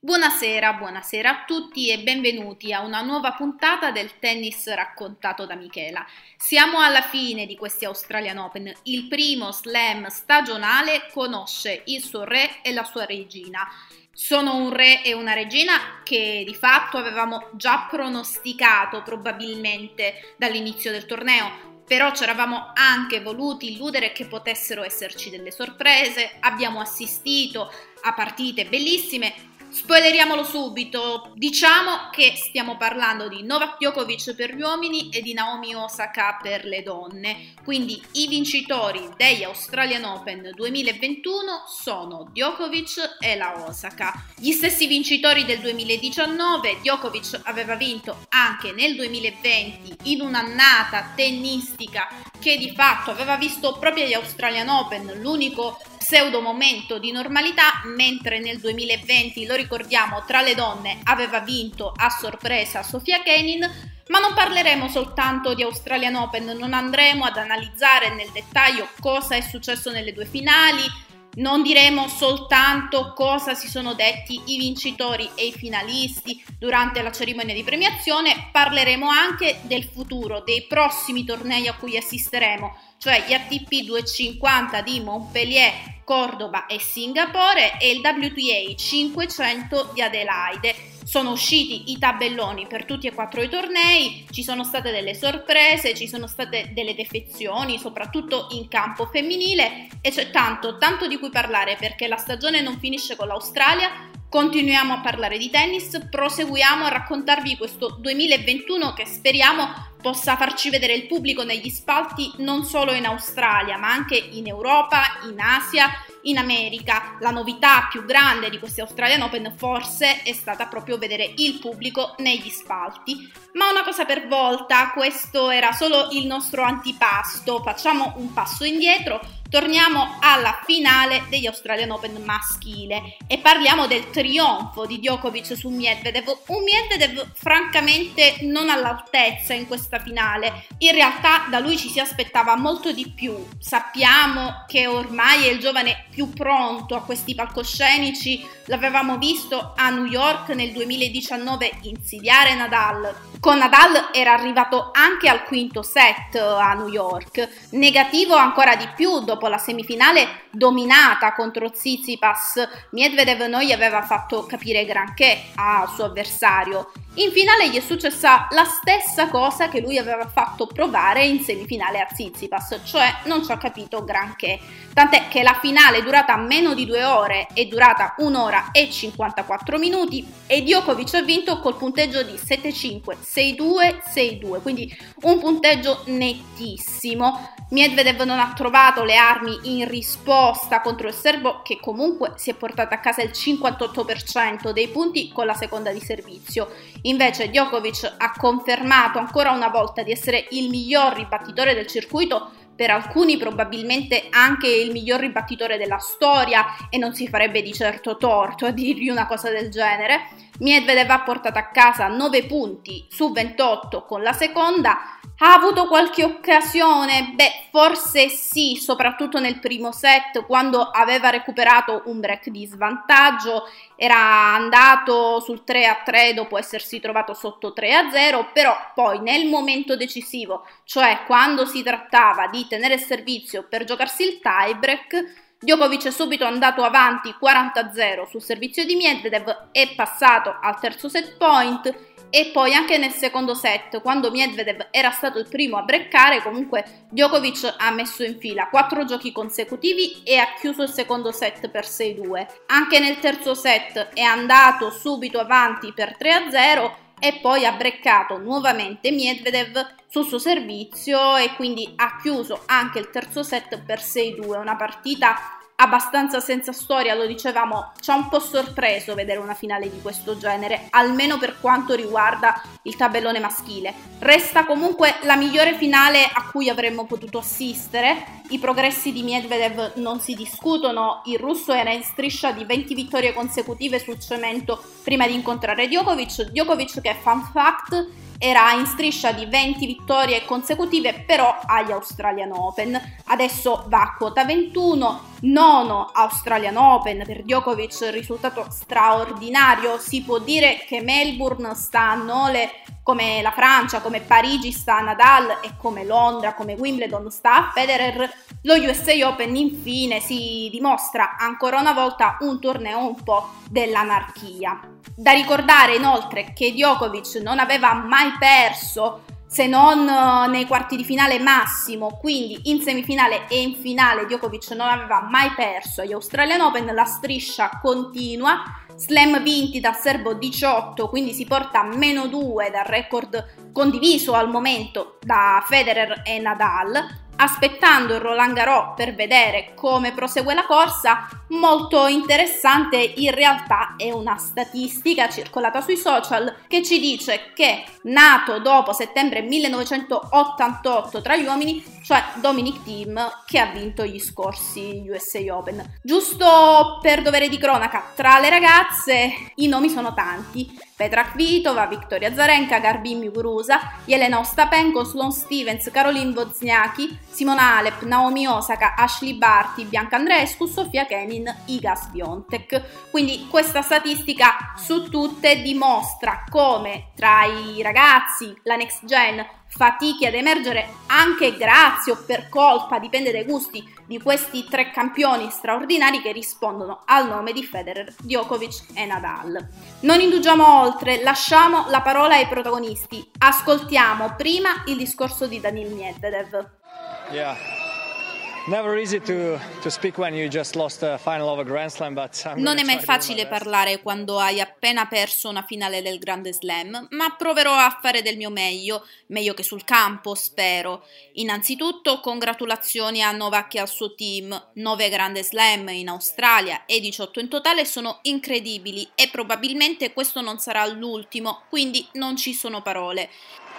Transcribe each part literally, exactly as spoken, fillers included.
Buonasera, buonasera a tutti e benvenuti a una nuova puntata del tennis raccontato da Michela. Siamo alla fine di questi Australian Open. Il primo slam stagionale conosce il suo re e la sua regina. Sono un re e una regina che di fatto avevamo già pronosticato probabilmente dall'inizio del torneo. Però ci eravamo anche voluti illudere che potessero esserci delle sorprese. Abbiamo assistito a partite bellissime. Spoileriamolo subito, diciamo che stiamo parlando di Novak Djokovic per gli uomini e di Naomi Osaka per le donne, quindi i vincitori degli Australian Open duemilaventuno sono Djokovic e la Osaka. Gli stessi vincitori del duemiladiciannove, Djokovic aveva vinto anche nel duemilaventi in un'annata tennistica che di fatto aveva visto proprio gli Australian Open l'unico pseudo momento di normalità, mentre nel duemilaventi, lo ricordiamo, tra le donne aveva vinto a sorpresa Sofia Kenin. Ma non parleremo soltanto di Australian Open, non andremo ad analizzare nel dettaglio cosa è successo nelle due finali, non diremo soltanto cosa si sono detti i vincitori e i finalisti durante la cerimonia di premiazione, parleremo anche del futuro, dei prossimi tornei a cui assisteremo, cioè gli A T P duecentocinquanta di Montpellier, Cordoba e Singapore e il W T A cinquecento di Adelaide. Sono usciti i tabelloni per tutti e quattro i tornei, ci sono state delle sorprese, ci sono state delle defezioni, soprattutto in campo femminile, e c'è tanto, tanto di cui parlare perché la stagione non finisce con l'Australia. Continuiamo a parlare di tennis, proseguiamo a raccontarvi questo duemilaventuno che speriamo possa farci vedere il pubblico negli spalti non solo in Australia ma anche in Europa, in Asia, in America. La novità più grande di questi Australian Open forse è stata proprio vedere il pubblico negli spalti. Ma una cosa per volta, questo era solo il nostro antipasto, facciamo un passo indietro. Torniamo alla finale degli Australian Open maschile e parliamo del trionfo di Djokovic su Medvedev, un Medvedev francamente non all'altezza in questa finale. In realtà da lui ci si aspettava molto di più. Sappiamo che ormai è il giovane più pronto a questi palcoscenici, l'avevamo visto a New York nel duemiladiciannove insidiare Nadal. Con Nadal era arrivato anche al quinto set a New York, negativo ancora di più dopo la semifinale dominata contro Tsitsipas. Medvedev non gli aveva fatto capire granché al suo avversario. In finale gli è successa la stessa cosa che lui aveva fatto provare in semifinale a Tsitsipas, cioè non ci ha capito granché. Tant'è che la finale è durata meno di due ore, è durata un'ora e cinquantaquattro minuti e Djokovic ha vinto col punteggio di sette cinque, sei due, sei due, quindi un punteggio nettissimo. Medvedev non ha trovato le armi in risposta contro il serbo che comunque si è portato a casa il cinquantotto per cento dei punti con la seconda di servizio. Invece Djokovic ha confermato ancora una volta di essere il miglior ribattitore del circuito, per alcuni probabilmente anche il miglior ribattitore della storia e non si farebbe di certo torto a dirgli una cosa del genere. Medvedev ha portato a casa nove punti su ventotto con la seconda. Ha avuto qualche occasione? Beh, forse sì, soprattutto nel primo set quando aveva recuperato un break di svantaggio, era andato sul tre a tre dopo essersi trovato sotto tre a zero, però poi nel momento decisivo, cioè quando si trattava di tenere il servizio per giocarsi il tiebreak, Djokovic è subito andato avanti quaranta a zero sul servizio di Medvedev, è passato al terzo set point e poi anche nel secondo set, quando Medvedev era stato il primo a breccare, comunque Djokovic ha messo in fila quattro giochi consecutivi e ha chiuso il secondo set per sei due. Anche nel terzo set è andato subito avanti per tre a zero e poi ha breccato nuovamente Medvedev sul suo servizio e quindi ha chiuso anche il terzo set per sei due, una partita abbastanza senza storia, lo dicevamo, ci ha un po' sorpreso vedere una finale di questo genere, almeno per quanto riguarda il tabellone maschile. Resta comunque la migliore finale a cui avremmo potuto assistere. I progressi di Medvedev non si discutono, il russo era in striscia di venti vittorie consecutive sul cemento prima di incontrare Djokovic, Djokovic che, fun fact, era in striscia di venti vittorie consecutive però agli Australian Open, adesso va a quota ventuno, nono Australian Open per Djokovic, risultato straordinario. Si può dire che Melbourne sta a Nole come la Francia, come Parigi sta a Nadal e come Londra, come Wimbledon sta a Federer. Lo U S A Open infine si dimostra ancora una volta un torneo un po' dell'anarchia. Da ricordare inoltre che Djokovic non aveva mai perso se non nei quarti di finale massimo, quindi in semifinale e in finale Djokovic non aveva mai perso agli Australian Open. La striscia continua, slam vinti dal serbo diciotto, quindi si porta a meno due dal record condiviso al momento da Federer e Nadal. Aspettando il Roland Garros per vedere come prosegue la corsa. Molto interessante in realtà è una statistica circolata sui social che ci dice che nato dopo settembre millenovecentottantotto tra gli uomini, cioè Dominic Thiem, che ha vinto gli scorsi U S A Open. Giusto per dovere di cronaca, tra le ragazze i nomi sono tanti: Petra Kvitova, Victoria Azarenka, Garbine Muguruza, Jelena Ostapenko, Sloane Stephens, Caroline Wozniacki, Simona Halep, Naomi Osaka, Ashley Barty, Bianca Andreescu, Sofia Kenin, Iga Swiatek. Quindi questa statistica su tutte dimostra come tra i ragazzi, la next gen, fatichi ad emergere anche grazie o per colpa, dipende dai gusti, di questi tre campioni straordinari che rispondono al nome di Federer, Djokovic e Nadal. Non indugiamo oltre, lasciamo la parola ai protagonisti. Ascoltiamo prima il discorso di Daniil Medvedev. Yeah. Never easy to, to speak when you just lost a final of a Grand Slam, but I'm Non è mai facile parlare quando hai appena perso una finale del Grande Slam, ma proverò a fare del mio meglio, meglio che sul campo, spero. Innanzitutto, congratulazioni a Novak e al suo team. nove Grande Slam in Australia e diciotto in totale sono incredibili e probabilmente questo non sarà l'ultimo, quindi non ci sono parole.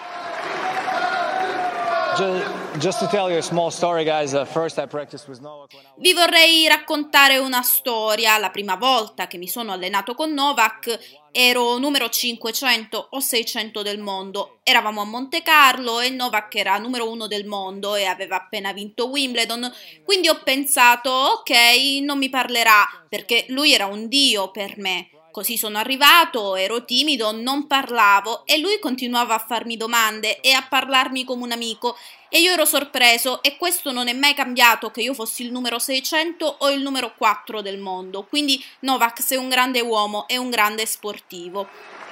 Just to tell you a small story, guys. Uh, first I practiced with Novak. Vi vorrei raccontare una storia. La prima volta che mi sono allenato con Novak ero numero cinquecento o seicento del mondo. Eravamo a Monte Carlo e Novak era numero uno del mondo e aveva appena vinto Wimbledon. Quindi ho pensato, ok, non mi parlerà, perché lui era un dio per me. Così sono arrivato, ero timido, non parlavo e lui continuava a farmi domande e a parlarmi come un amico e io ero sorpreso e questo non è mai cambiato che io fossi il numero seicento o il numero quattro del mondo. Quindi Novak, sei un grande uomo e un grande sportivo.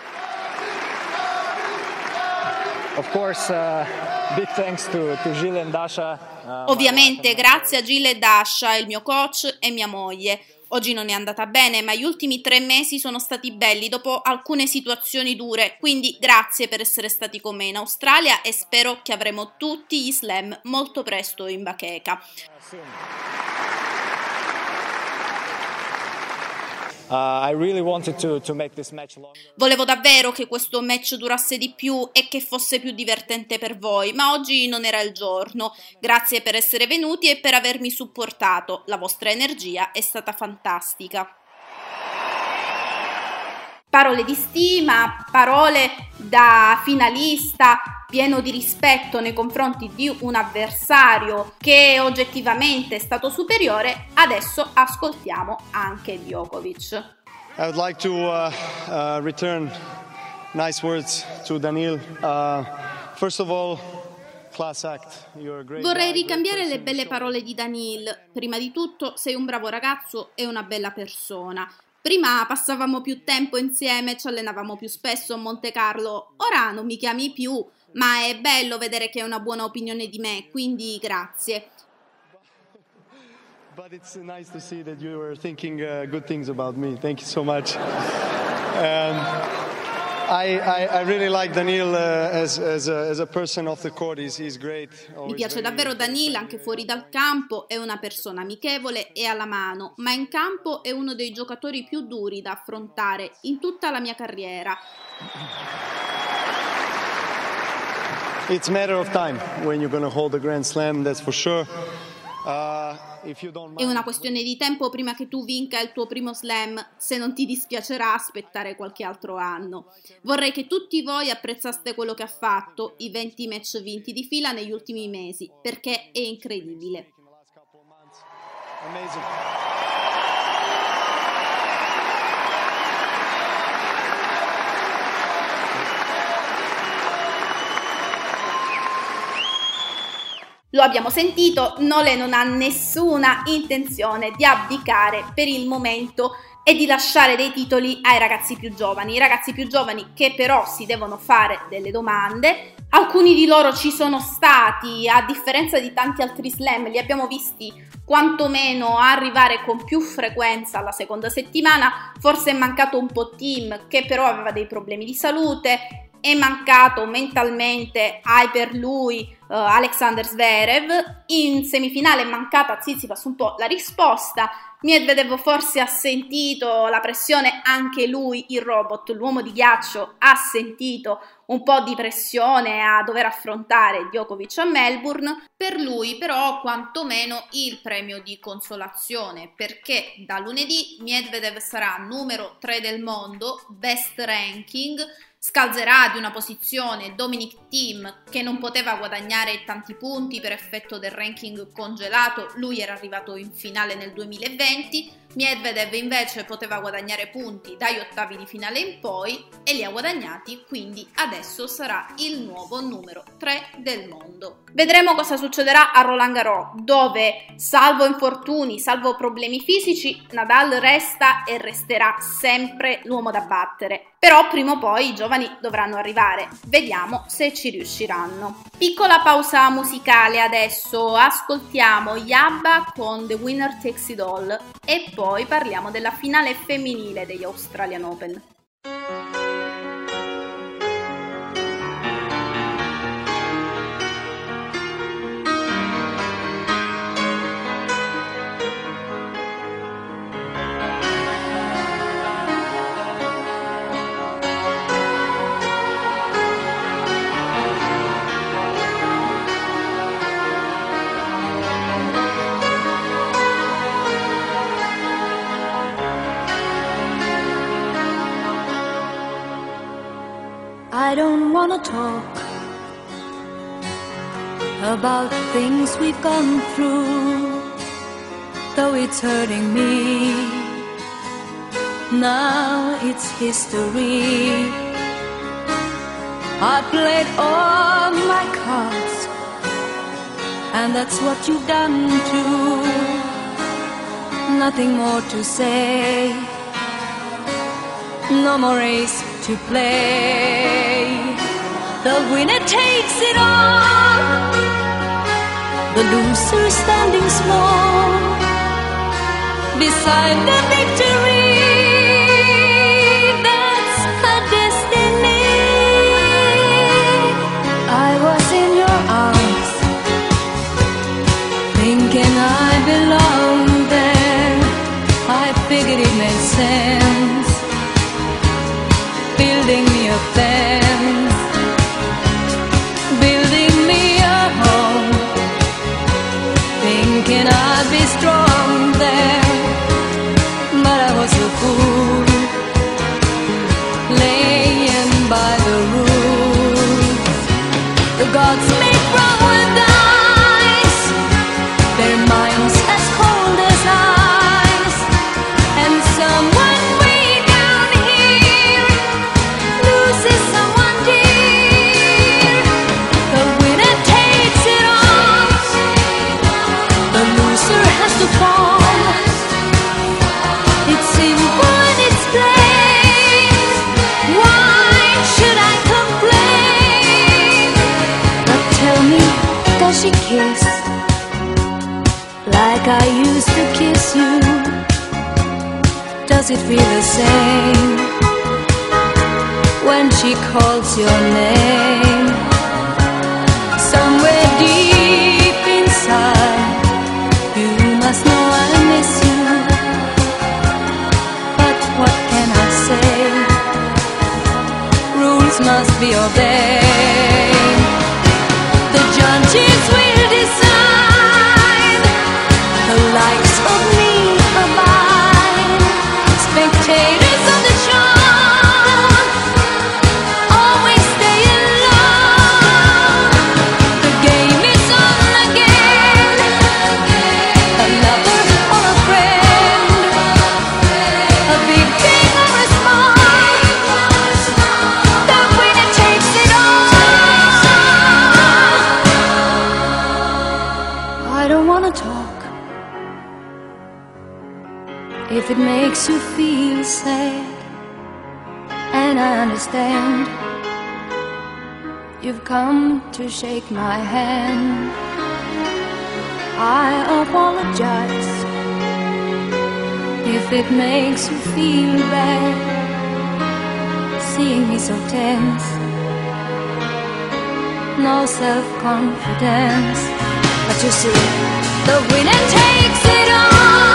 Of course, uh, big thanks to, to Gilles and Dasha. Uh, Ovviamente grazie a Gilles e Dasha, il mio coach e mia moglie. Oggi non è andata bene, ma gli ultimi tre mesi sono stati belli dopo alcune situazioni dure, quindi grazie per essere stati con me in Australia e spero che avremo tutti gli slam molto presto in bacheca. Uh, I really wanted to, to make this match longer. Volevo davvero che questo match durasse di più e che fosse più divertente per voi, ma oggi non era il giorno. Grazie per essere venuti e per avermi supportato. La vostra energia è stata fantastica. Parole di stima, parole da finalista, pieno di rispetto nei confronti di un avversario che oggettivamente è stato superiore. Adesso ascoltiamo anche Djokovic. I would like to uh, uh, return nice words to Daniil. Uh, first of all, class act. You're a great Vorrei guy, ricambiare great le person, belle parole di Daniil. Prima di tutto, sei un bravo ragazzo e una bella persona. Prima passavamo più tempo insieme, ci allenavamo più spesso a Monte Carlo. Ora non mi chiami più, ma è bello vedere che hai una buona opinione di me, quindi grazie. But it's nice to see that you were thinking uh, good things about me. Thank you so much. um, I, I, I really like Daniil uh, as, as, a, as a person off the court. He's, he's great. Mi piace davvero Daniil anche fuori dal campo, è una persona amichevole e alla mano, ma in campo è uno dei giocatori più duri da affrontare in tutta la mia carriera. It's a matter of time when you're going to hold a Grand Slam, that's for sure. È una questione di tempo prima che tu vinca il tuo primo slam, se non ti dispiacerà aspettare qualche altro anno. Vorrei che tutti voi apprezzaste quello che ha fatto, i venti match vinti di fila negli ultimi mesi, perché è incredibile. Amazing. Lo abbiamo sentito, Nole non ha nessuna intenzione di abdicare per il momento e di lasciare dei titoli ai ragazzi più giovani, i ragazzi più giovani che però si devono fare delle domande. Alcuni di loro ci sono stati, a differenza di tanti altri slam, li abbiamo visti quantomeno arrivare con più frequenza alla seconda settimana. Forse è mancato un po' Tim, che però aveva dei problemi di salute. È mancato mentalmente, hai per lui, uh, Alexander Zverev. In semifinale è mancata Tsitsipas un po' la risposta. Medvedev forse ha sentito la pressione, anche lui, il robot, l'uomo di ghiaccio, ha sentito un po' di pressione a dover affrontare Djokovic a Melbourne. Per lui però quantomeno il premio di consolazione, perché da lunedì Medvedev sarà numero tre del mondo, best ranking, scalzerà di una posizione Dominic Thiem, che non poteva guadagnare tanti punti per effetto del ranking congelato. Lui era arrivato in finale nel duemilaventi, Medvedev invece poteva guadagnare punti dagli ottavi di finale in poi e li ha guadagnati, quindi adesso sarà il nuovo numero tre del mondo. Vedremo cosa succederà a Roland Garros, dove salvo infortuni, salvo problemi fisici, Nadal resta e resterà sempre l'uomo da battere. Però prima o poi i giovani dovranno arrivare, vediamo se ci riusciranno. Piccola pausa musicale adesso, ascoltiamo Yabba con The Winner Takes It All e poi parliamo della finale femminile degli Australian Open. I don't wanna talk about things we've gone through, though it's hurting me. Now it's history. I played all my cards, and that's what you've done too. Nothing more to say, no more race to play. The winner takes it all, the loser standing small beside the victory. That's her destiny. I was in your arms, thinking I belonged there. I figured it made sense, building me a fence, building me a home, thinking I'd be strong there, but I was a fool, laying by the rules. The gods make wrong with dice, their minds as cold as ice, and someone way down here loses someone dear. The winner takes it all, the loser has to fall. It's simple and it's plain, why should I complain? But tell me, does she kiss like I used to kiss you? Does it feel the same when she calls your name? Somewhere deep inside, you must know I miss you. But what can I say? Rules must be obeyed. The judges will decide makes you feel sad, and I understand. You've come to shake my hand. I apologize if it makes you feel bad, seeing me so tense, no self-confidence. But you see, the winner takes it all.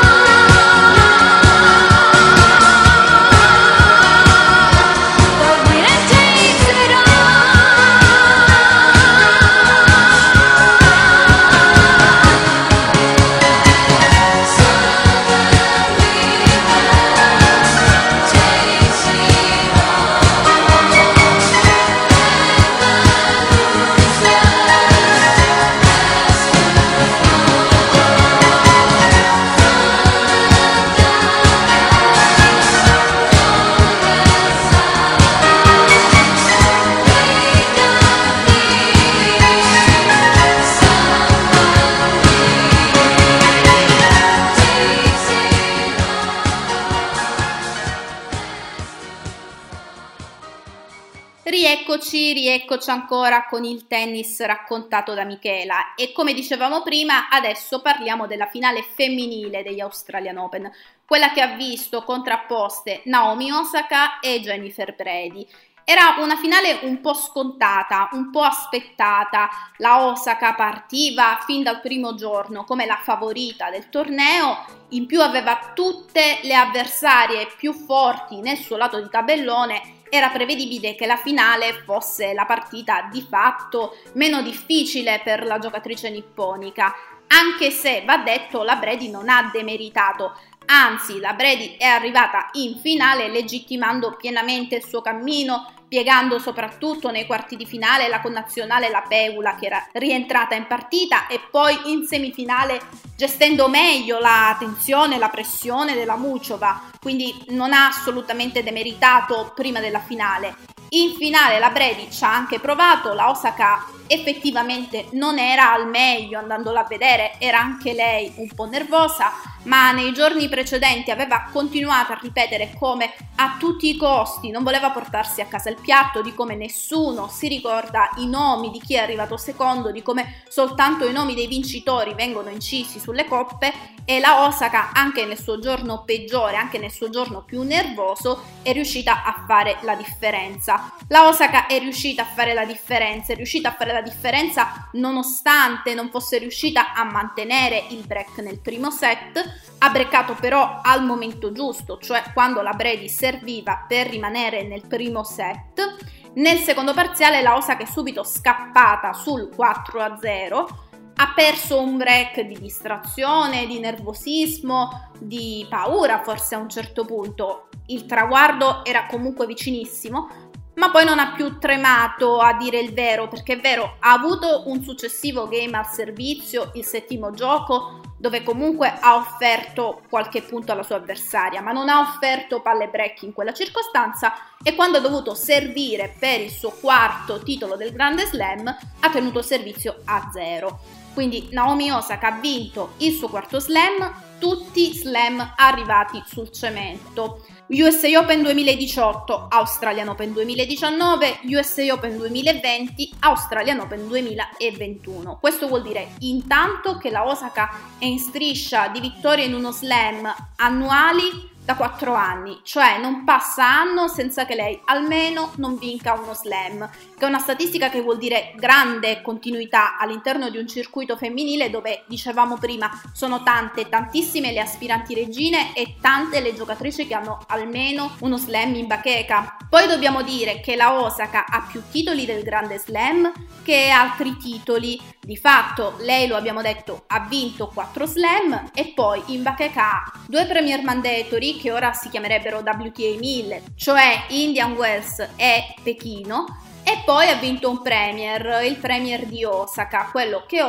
Rieccoci, rieccoci ancora con il tennis raccontato da Michela e come dicevamo prima adesso parliamo della finale femminile degli Australian Open, quella che ha visto contrapposte Naomi Osaka e Jennifer Brady. Era una finale un po' scontata, un po' aspettata, la Osaka partiva fin dal primo giorno come la favorita del torneo, in più aveva tutte le avversarie più forti nel suo lato di tabellone. Era prevedibile che la finale fosse la partita di fatto meno difficile per la giocatrice nipponica, anche se va detto la Brady non ha demeritato, anzi la Brady è arrivata in finale legittimando pienamente il suo cammino, piegando soprattutto nei quarti di finale la connazionale La Pegula che era rientrata in partita e poi in semifinale gestendo meglio la tensione, la pressione della Muchova, quindi non ha assolutamente demeritato prima della finale. In finale la Brady ci ha anche provato, la Osaka effettivamente non era al meglio andandola a vedere, era anche lei un po' nervosa, ma nei giorni precedenti aveva continuato a ripetere come a tutti i costi non voleva portarsi a casa il piatto, di come nessuno si ricorda i nomi di chi è arrivato secondo, di come soltanto i nomi dei vincitori vengono incisi sulle coppe e la Osaka anche nel suo giorno peggiore, anche nel suo giorno più nervoso è riuscita a fare la differenza. La Osaka è riuscita a fare la differenza, è riuscita a fare la differenza nonostante non fosse riuscita a mantenere il break nel primo set, ha breakato però al momento giusto, cioè quando la Brady serviva per rimanere nel primo set. Nel secondo parziale la Osaka è subito scappata sul quattro a zero, ha perso un break di distrazione, di nervosismo, di paura forse a un certo punto. Il traguardo era comunque vicinissimo, ma poi non ha più tremato a dire il vero, perché è vero, ha avuto un successivo game al servizio, il settimo gioco, dove comunque ha offerto qualche punto alla sua avversaria, ma non ha offerto palle break in quella circostanza e quando ha dovuto servire per il suo quarto titolo del Grande Slam ha tenuto servizio a zero. Quindi Naomi Osaka ha vinto il suo quarto slam, tutti slam arrivati sul cemento. U S A Open duemiladiciotto, Australian Open duemiladiciannove, U S A Open duemilaventi, Australian Open duemilaventuno. Questo vuol dire intanto che la Osaka è in striscia di vittorie in uno slam annuali da quattro anni, cioè non passa anno senza che lei almeno non vinca uno slam, che è una statistica che vuol dire grande continuità all'interno di un circuito femminile dove, dicevamo prima, sono tante, tantissime le aspiranti regine e tante le giocatrici che hanno almeno uno slam in bacheca. Poi dobbiamo dire che la Osaka ha più titoli del Grande Slam che altri titoli. Di fatto lei, lo abbiamo detto, ha vinto quattro slam e poi in bacheca ha due Premier Mandatory che ora si chiamerebbero W T A mille, cioè Indian Wells e Pechino, e poi ha vinto un Premier, il Premier di Osaka, quello che ora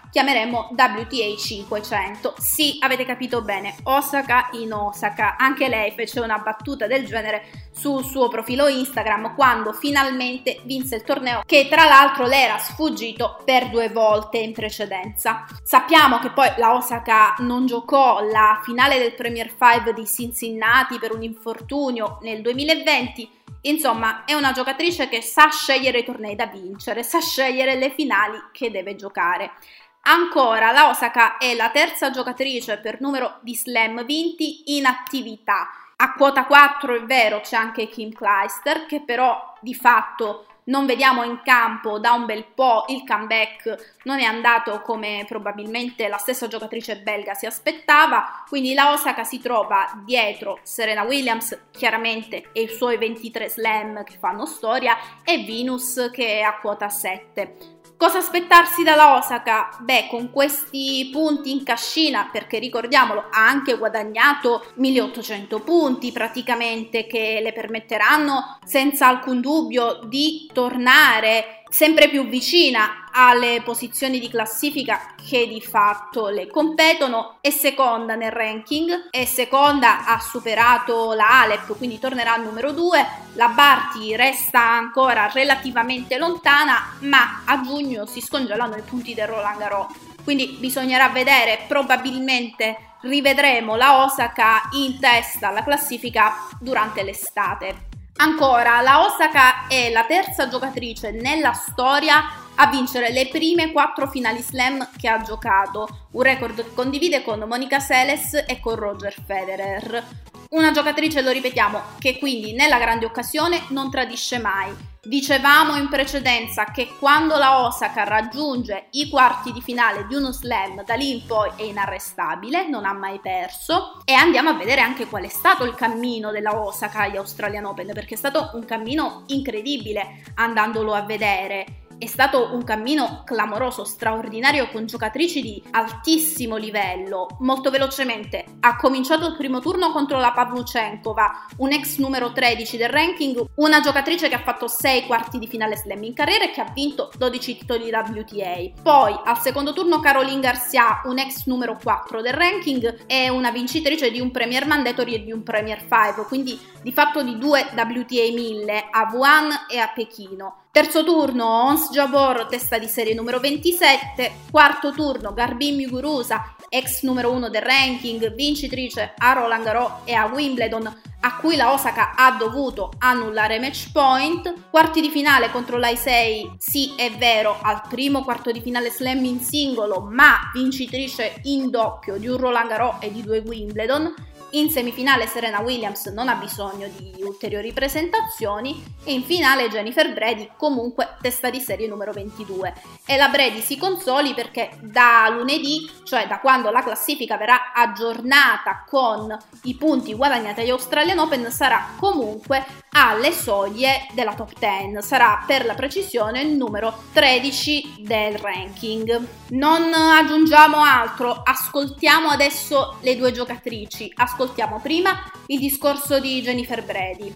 chiameremo W T A cinquecento. Sì, avete capito bene, Osaka in Osaka. Anche lei fece una battuta del genere sul suo profilo Instagram quando finalmente vinse il torneo, che tra l'altro le era sfuggito per due volte in precedenza. Sappiamo che poi la Osaka non giocò la finale del Premier cinque di Cincinnati per un infortunio nel duemilaventi. Insomma, è una giocatrice che sa scegliere i tornei da vincere, sa scegliere le finali che deve giocare. Ancora, la Osaka è la terza giocatrice per numero di slam vinti in attività. A quota quattro è vero, c'è anche Kim Clijsters, che però di fatto non vediamo in campo da un bel po'. Il comeback non è andato come probabilmente la stessa giocatrice belga si aspettava, quindi la Osaka si trova dietro Serena Williams, chiaramente, e i suoi ventitré slam che fanno storia, e Venus che è a quota sette. Cosa aspettarsi dalla Osaka? Beh, con questi punti in cascina, perché ricordiamolo, ha anche guadagnato milleottocento punti praticamente, che le permetteranno senza alcun dubbio di tornare sempre più vicina alle posizioni di classifica che di fatto le competono. È seconda nel ranking, è seconda, ha superato la Halep, quindi tornerà al numero due. La Barty resta ancora relativamente lontana, ma a giugno si scongelano i punti del Roland Garros, quindi bisognerà vedere. Probabilmente rivedremo la Osaka in testa alla classifica durante l'estate. Ancora, la Osaka è la terza giocatrice nella storia a vincere le prime quattro finali slam che ha giocato, un record che condivide con Monica Seles e con Roger Federer. Una giocatrice, lo ripetiamo, che quindi nella grande occasione non tradisce mai. Dicevamo in precedenza che quando la Osaka raggiunge i quarti di finale di uno slam, da lì in poi è inarrestabile, non ha mai perso. E andiamo a vedere anche qual è stato il cammino della Osaka agli Australian Open, perché è stato un cammino incredibile andandolo a vedere. È stato un cammino clamoroso, straordinario, con giocatrici di altissimo livello. Molto velocemente ha cominciato il primo turno contro la Pavlyuchenkova, un ex numero tredici del ranking, una giocatrice che ha fatto sei quarti di finale slam in carriera e che ha vinto dodici titoli W T A. Poi al secondo turno Caroline Garcia, un ex numero quattro del ranking e una vincitrice di un Premier Mandatory e di un Premier cinque, quindi di fatto di due W T A mille a Wuhan e a Pechino. Terzo turno Ons Jabeur, testa di serie numero ventisette. Quarto turno Garbine Muguruza, ex numero uno del ranking, vincitrice a Roland Garros e a Wimbledon, a cui la Osaka ha dovuto annullare match point. Quarti di finale contro l'Aisei, sì è vero, al primo quarto di finale slam in singolo, ma vincitrice in doppio di un Roland Garros e di due Wimbledon. In semifinale Serena Williams non ha bisogno di ulteriori presentazioni e in finale Jennifer Brady, comunque testa di serie numero ventidue. E la Brady si consoli perché da lunedì, cioè da quando la classifica verrà aggiornata con i punti guadagnati agli Australian Open, sarà comunque alle soglie della top dieci, sarà per la precisione il numero tredici del ranking. Non aggiungiamo altro, ascoltiamo adesso le due giocatrici. Ascoltiamo prima il discorso di Jennifer Brady.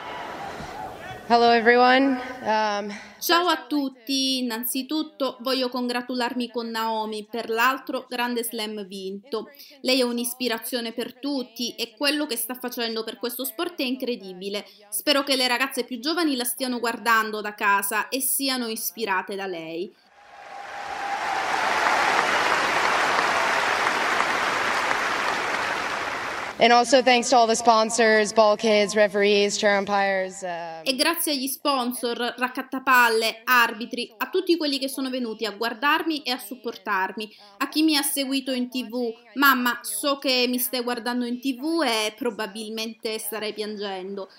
Hello everyone. Um, Ciao a tutti, innanzitutto voglio congratularmi con Naomi per l'altro grande slam vinto. Lei è un'ispirazione per tutti e quello che sta facendo per questo sport è incredibile. Spero che le ragazze più giovani la stiano guardando da casa e siano ispirate da lei. And also thanks to all the sponsors, ball kids, referees, chair umpires. Uh... E grazie agli sponsor, raccattapalle, arbitri, a tutti quelli che sono venuti a guardarmi e a supportarmi, a chi mi ha seguito in tv. Mamma, so che mi stai guardando in tv e probabilmente starai piangendo.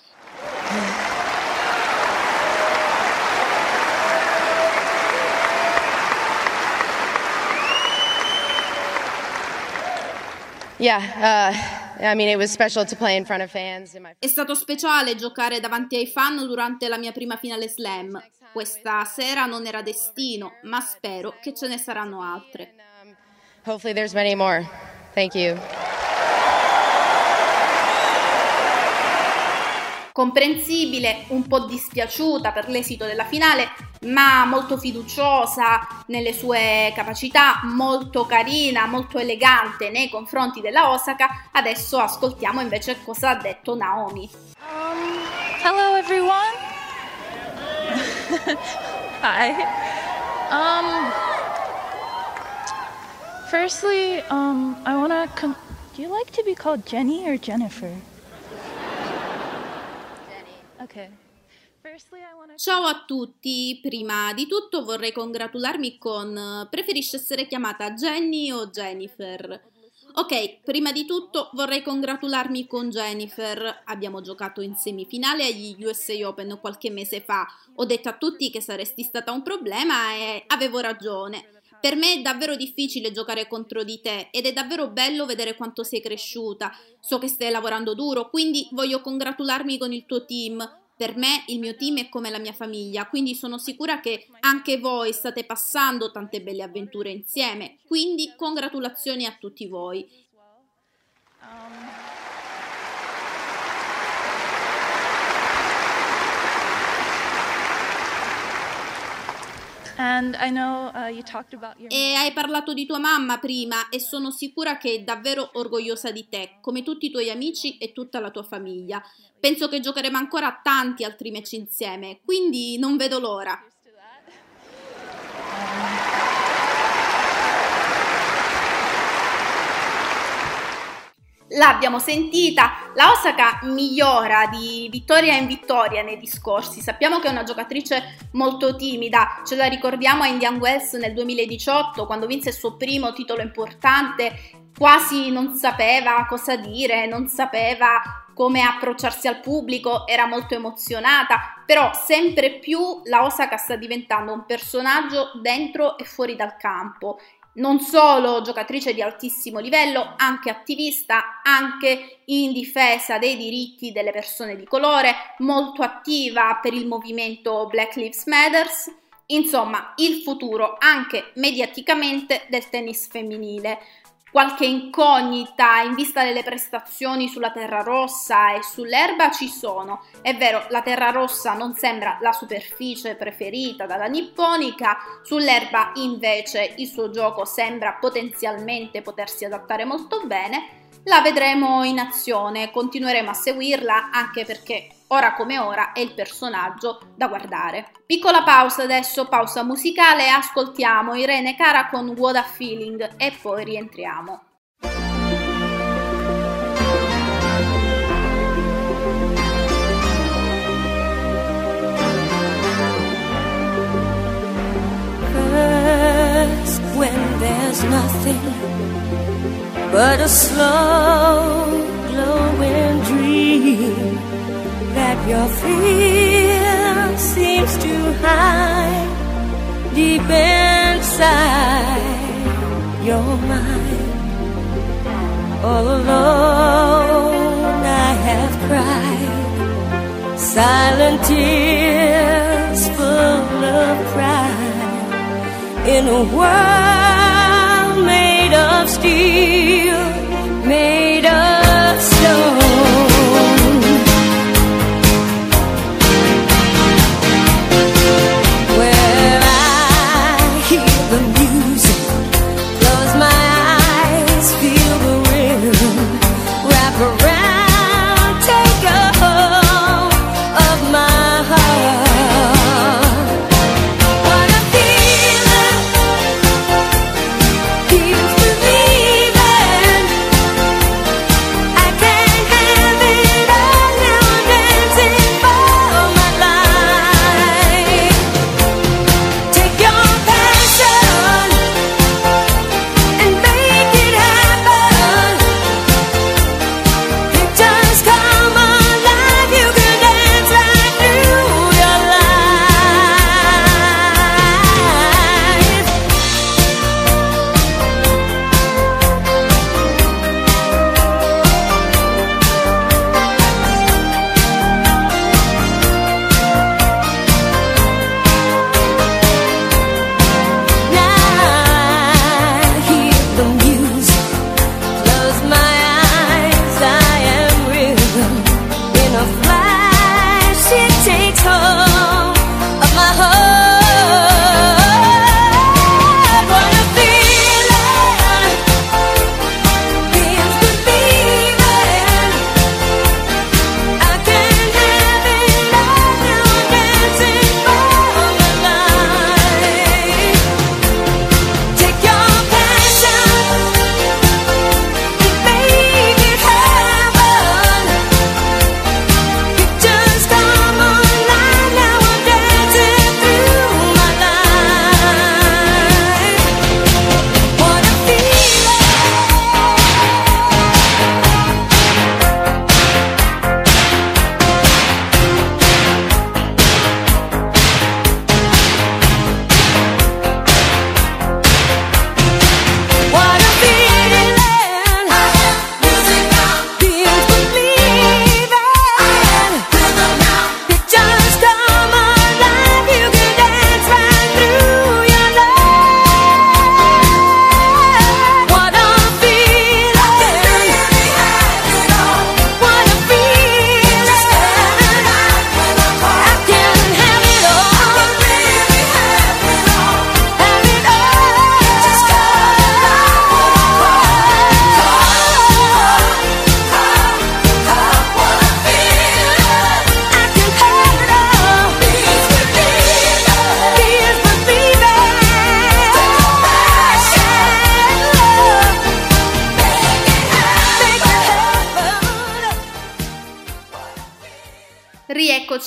Yeah, uh, I mean, it was special to play in front of fans. My... È stato speciale giocare davanti ai fan durante la mia prima finale slam. Questa sera non era destino, ma spero che ce ne saranno altre. Um, hopefully there's many more. Thank you. comprensibile, un po' dispiaciuta per l'esito della finale, ma molto fiduciosa nelle sue capacità, molto carina, molto elegante nei confronti della Osaka. Adesso ascoltiamo invece cosa ha detto Naomi. Um, hello everyone. Hi. Um, firstly, um, I want to con- do you like to be called Jenny or Jennifer? Okay. Firstly, I wanna... Ciao a tutti, prima di tutto vorrei congratularmi con preferisci essere chiamata Jenny o Jennifer? Ok, prima di tutto vorrei congratularmi con Jennifer, abbiamo giocato in semifinale agli U S A Open qualche mese fa, ho detto a tutti che saresti stata un problema e avevo ragione. Per me è davvero difficile giocare contro di te ed è davvero bello vedere quanto sei cresciuta. So che stai lavorando duro, quindi voglio congratularmi con il tuo team. Per me il mio team è come la mia famiglia, quindi sono sicura che anche voi state passando tante belle avventure insieme. Quindi congratulazioni a tutti voi. Um... And I know, uh, you talked about your... E hai parlato di tua mamma prima e sono sicura che è davvero orgogliosa di te, come tutti i tuoi amici e tutta la tua famiglia. Penso che giocheremo ancora tanti altri match insieme, quindi non vedo l'ora. L'abbiamo sentita, la Osaka migliora di vittoria in vittoria nei discorsi. Sappiamo che è una giocatrice molto timida, ce la ricordiamo a Indian Wells nel duemiladiciotto quando vinse il suo primo titolo importante, quasi non sapeva cosa dire, non sapeva come approcciarsi al pubblico, era molto emozionata, però sempre più la Osaka sta diventando un personaggio dentro e fuori dal campo. Non solo giocatrice di altissimo livello, anche attivista, anche in difesa dei diritti delle persone di colore, molto attiva per il movimento Black Lives Matter. Insomma, il futuro anche mediaticamente del tennis femminile. Qualche incognita in vista delle prestazioni sulla terra rossa e sull'erba ci sono. È vero, la terra rossa non sembra la superficie preferita dalla nipponica, sull'erba invece il suo gioco sembra potenzialmente potersi adattare molto bene. La vedremo in azione, continueremo a seguirla anche perché ora come ora è il personaggio da guardare. Piccola pausa adesso, pausa musicale, ascoltiamo Irene Cara con What a Feeling e poi rientriamo. First, when there's nothing but a slow glowing dream that your fear seems to hide deep inside your mind. All alone I have cried silent tears full of pride in a world made of steel, made of stone.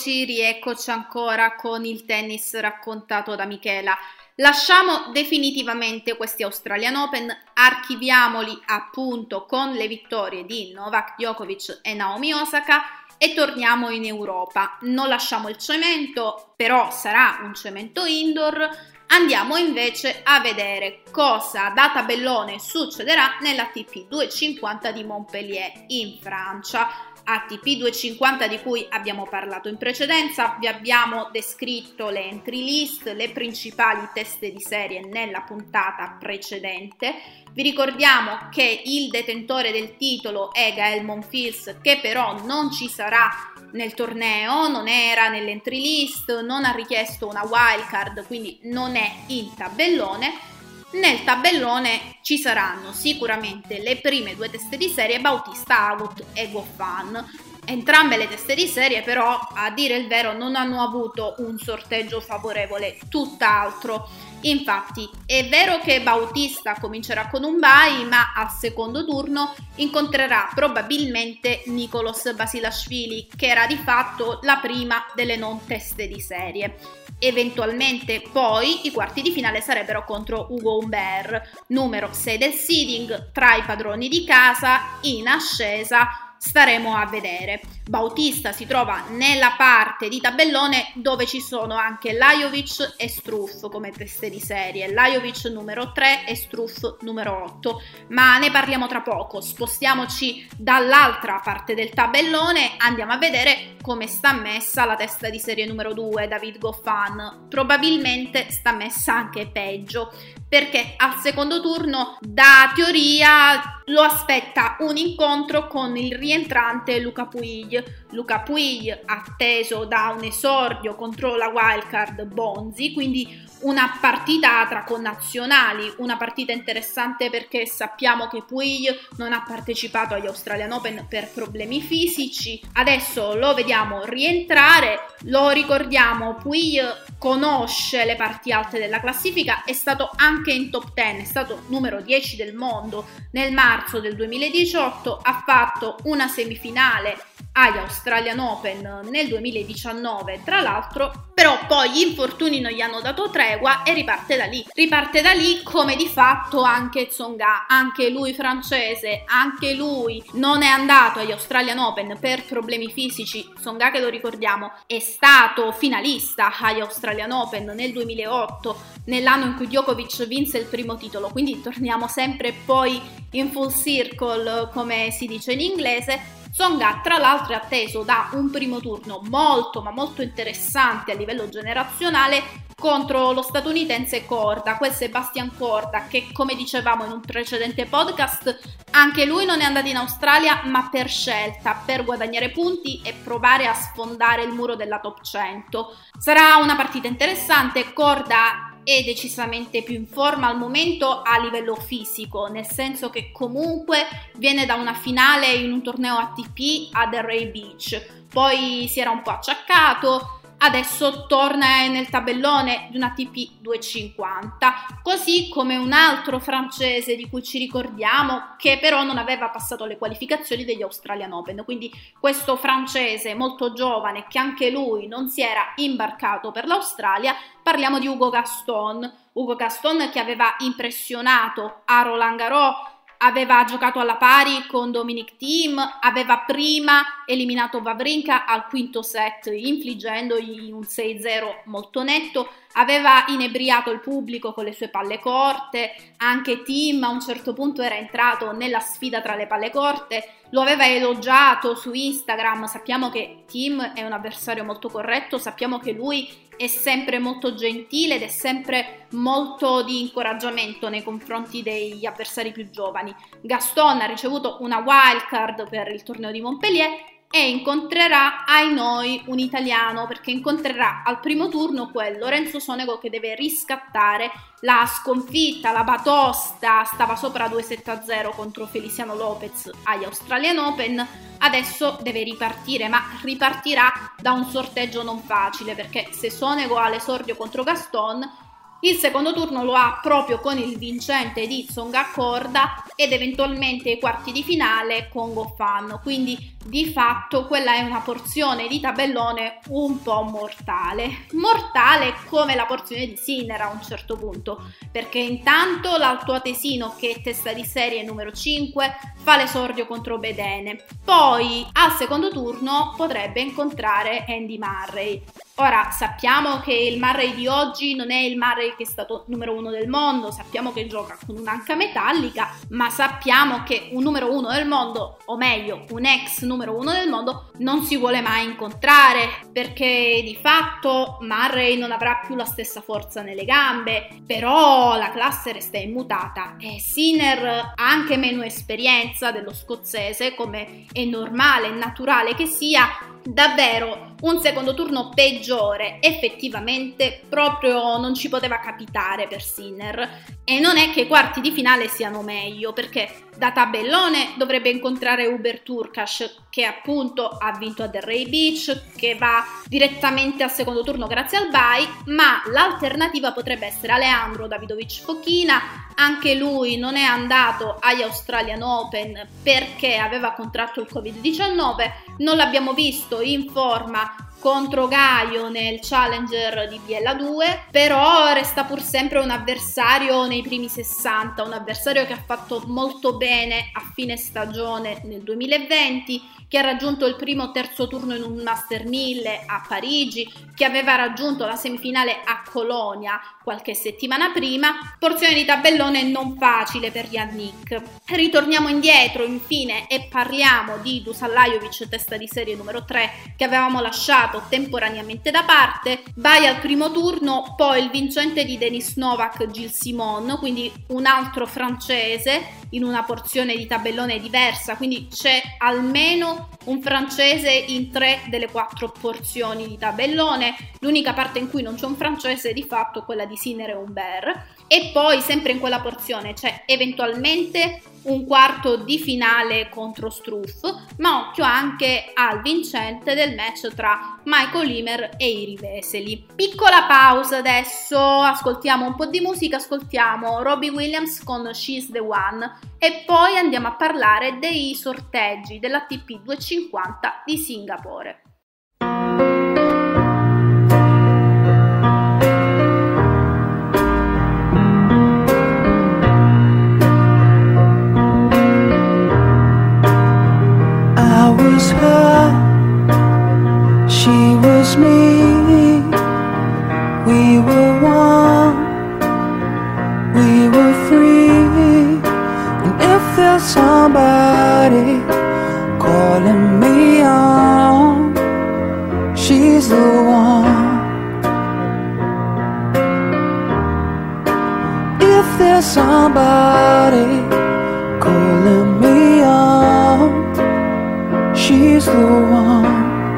Rieccoci, rieccoci ancora con il tennis raccontato da Michela. Lasciamo definitivamente questi Australian Open, archiviamoli appunto con le vittorie di Novak Djokovic e Naomi Osaka e torniamo in Europa. Non lasciamo il cemento, però sarà un cemento indoor. Andiamo invece a vedere cosa da tabellone succederà nell'A T P duecentocinquanta di Montpellier in Francia. A T P duecentocinquanta di cui abbiamo parlato in precedenza, vi abbiamo descritto le entry list, le principali teste di serie nella puntata precedente. Vi ricordiamo che il detentore del titolo è Gael Monfils, che però non ci sarà nel torneo, non era nell'entry list, non ha richiesto una wildcard, quindi non è in tabellone. Nel tabellone ci saranno sicuramente le prime due teste di serie, Bautista Agut e Goffin. Entrambe le teste di serie però, a dire il vero, non hanno avuto un sorteggio favorevole, tutt'altro. Infatti è vero che Bautista comincerà con un bye, ma al secondo turno incontrerà probabilmente Nicolas Basilashvili, che era di fatto la prima delle non teste di serie. Eventualmente poi i quarti di finale sarebbero contro Ugo Humbert, numero sei del seeding, tra i padroni di casa, in ascesa. Staremo a vedere. Bautista si trova nella parte di tabellone dove ci sono anche Lajovic e Struff come teste di serie, Lajovic numero tre e Struff numero otto, ma ne parliamo tra poco. Spostiamoci dall'altra parte del tabellone, andiamo a vedere come sta messa la testa di serie numero due, David Goffin. Probabilmente sta messa anche peggio, perché al secondo turno da teoria lo aspetta un incontro con il rientrante Luca Puig. Luca Puig atteso da un esordio contro la wildcard Bonzi, quindi una partita tra connazionali, una partita interessante perché sappiamo che Puig non ha partecipato agli Australian Open per problemi fisici. Adesso lo vediamo rientrare, lo ricordiamo, Puig conosce le parti alte della classifica, è stato anche in top dieci, è stato numero dieci del mondo nel marzo del duemiladiciotto, ha fatto una semifinale agli Australian Open nel duemiladiciannove tra l'altro, però poi gli infortuni non gli hanno dato tregua e riparte da lì, riparte da lì come di fatto anche Tsonga, anche lui francese, anche lui non è andato agli Australian Open per problemi fisici. Tsonga, che lo ricordiamo, è stato finalista agli Australian Open nel duemilaotto, nell'anno in cui Djokovic vinse il primo titolo, quindi torniamo sempre poi in full circle come si dice in inglese. Tsonga tra l'altro è atteso da un primo turno molto ma molto interessante a livello generazionale contro lo statunitense Korda, quel Sebastian Korda che, come dicevamo in un precedente podcast, anche lui non è andato in Australia ma per scelta, per guadagnare punti e provare a sfondare il muro della top cento. Sarà una partita interessante. Korda è decisamente più in forma al momento a livello fisico, nel senso che comunque viene da una finale in un torneo A T P a Delray Beach, poi si era un po' acciaccato, adesso torna nel tabellone di una A T P duecentocinquanta, così come un altro francese di cui ci ricordiamo che però non aveva passato le qualificazioni degli Australian Open, quindi questo francese molto giovane che anche lui non si era imbarcato per l'Australia. Parliamo di Hugo Gaston, Hugo Gaston che aveva impressionato a Roland Garros, aveva giocato alla pari con Dominic Thiem, aveva prima eliminato Wawrinka al quinto set infliggendogli un sei zero molto netto, aveva inebriato il pubblico con le sue palle corte, anche Thiem a un certo punto era entrato nella sfida tra le palle corte, lo aveva elogiato su Instagram. Sappiamo che Thiem è un avversario molto corretto, sappiamo che lui è sempre molto gentile ed è sempre molto di incoraggiamento nei confronti degli avversari più giovani. Gaston ha ricevuto una wildcard per il torneo di Montpellier e incontrerà, ai noi, un italiano, perché incontrerà al primo turno quel Lorenzo Sonego che deve riscattare la sconfitta, la batosta, stava sopra due sette a zero contro Feliciano Lopez agli Australian Open, adesso deve ripartire, ma ripartirà da un sorteggio non facile, perché se Sonego ha l'esordio contro Gaston, il secondo turno lo ha proprio con il vincente di Tsonga Korda, ed eventualmente ai quarti di finale con Goffin, quindi di fatto quella è una porzione di tabellone un po' mortale, mortale come la porzione di Sinner a un certo punto, perché intanto l'altoatesino, che è testa di serie numero cinque, fa l'esordio contro Bedene, poi al secondo turno potrebbe incontrare Andy Murray. Ora sappiamo che il Murray di oggi non è il Murray che è stato numero uno del mondo, sappiamo che gioca con un'anca metallica, ma sappiamo che un numero uno del mondo, o meglio un ex numero uno del mondo, non si vuole mai incontrare, perché di fatto Murray non avrà più la stessa forza nelle gambe, però la classe resta immutata e Sinner ha anche meno esperienza dello scozzese, come è normale e naturale che sia. Davvero un secondo turno peggiore effettivamente proprio non ci poteva capitare per Sinner, e non è che i quarti di finale siano meglio, perché da tabellone dovrebbe incontrare Hubert Hurkacz, che appunto ha vinto a Delray Beach, che va direttamente al secondo turno grazie al bye, ma l'alternativa potrebbe essere Alejandro Davidovich Fokina. Anche lui non è andato agli Australian Open perché aveva contratto il covid diciannove, non l'abbiamo visto in forma contro Gaio nel Challenger di Biella due, però resta pur sempre un avversario nei primi sessanta, un avversario che ha fatto molto bene a fine stagione nel duemilaventi, che ha raggiunto il primo terzo turno in un Master mille a Parigi, che aveva raggiunto la semifinale a Colonia qualche settimana prima. Porzione di tabellone non facile per Jannik. Ritorniamo indietro infine e parliamo di Dusan Lajovic, testa di serie numero tre, che avevamo lasciato temporaneamente da parte. Vai al primo turno, poi il vincente di Denis Novak, Gilles Simon, quindi un altro francese in una porzione di tabellone diversa, quindi c'è almeno un francese in tre delle quattro porzioni di tabellone. L'unica parte in cui non c'è un francese di fatto è quella di Sinner e Humbert. E poi sempre in quella porzione c'è eventualmente un quarto di finale contro Struff, ma occhio anche al vincente del match tra Michael Ymer e Iri Vesely. Piccola pausa adesso, ascoltiamo un po' di musica, ascoltiamo Robbie Williams con She's the One e poi andiamo a parlare dei sorteggi dell'A T P duecentocinquanta di Singapore. She was me, we were one, we were free. And if there's somebody calling me on, she's the one. If there's somebody calling me on, she's the one.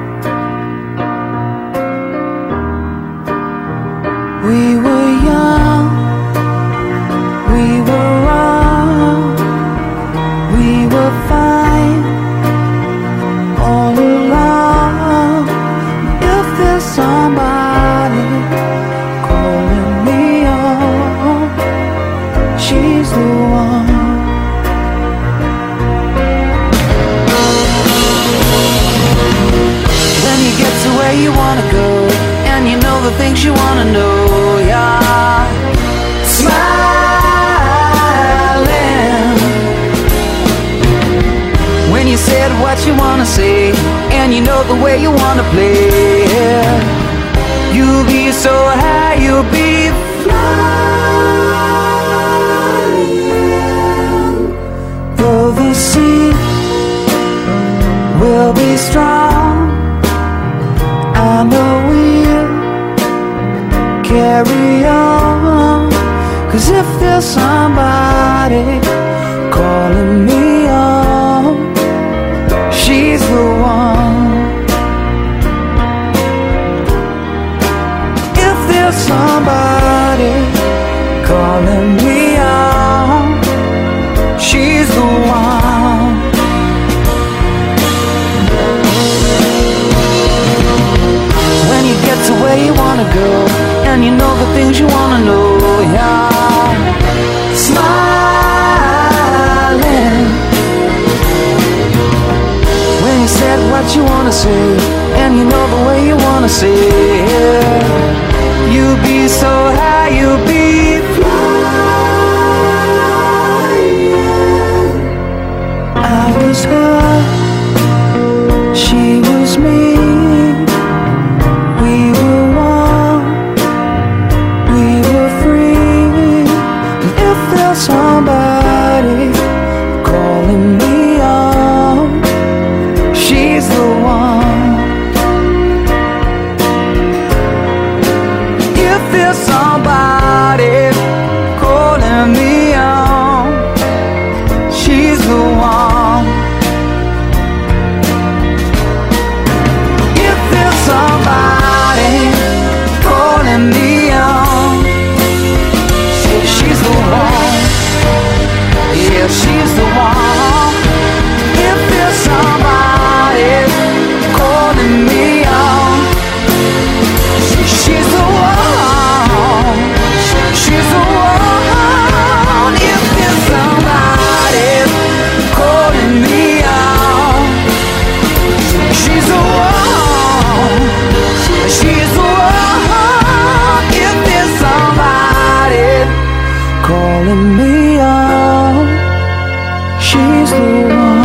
We were young, we were wrong, we were fine all along. If there's somebody calling me on, she's the one. When you get to where you wanna go, and you know the things you wanna know, yeah. Smiling when you said what you wanna say, and you know the way you wanna play, yeah. You'll be so high, you'll be flying. Though the sea will be strong, I know we'll carry on. 'Cause if there's somebody calling me on, she's the one. If there's somebody calling me on, she's the one. When you get to where you wanna go, and you know the things you wanna know, yeah. Smiling what you wanna say, and you know the way you wanna say it. You'll be so high, you'll be flying. I was her, she was me. We were one, we were free. And if there's somebody calling me on, she's the one. If there's somebody calling me on, she's the one. If there's somebody calling me on, she's the one. Yeah, she's the one. If there's somebody calling me on, she's the one. She's the one. If there's somebody calling me on, she's the one. She's the one. If there's somebody calling me on, she's the one.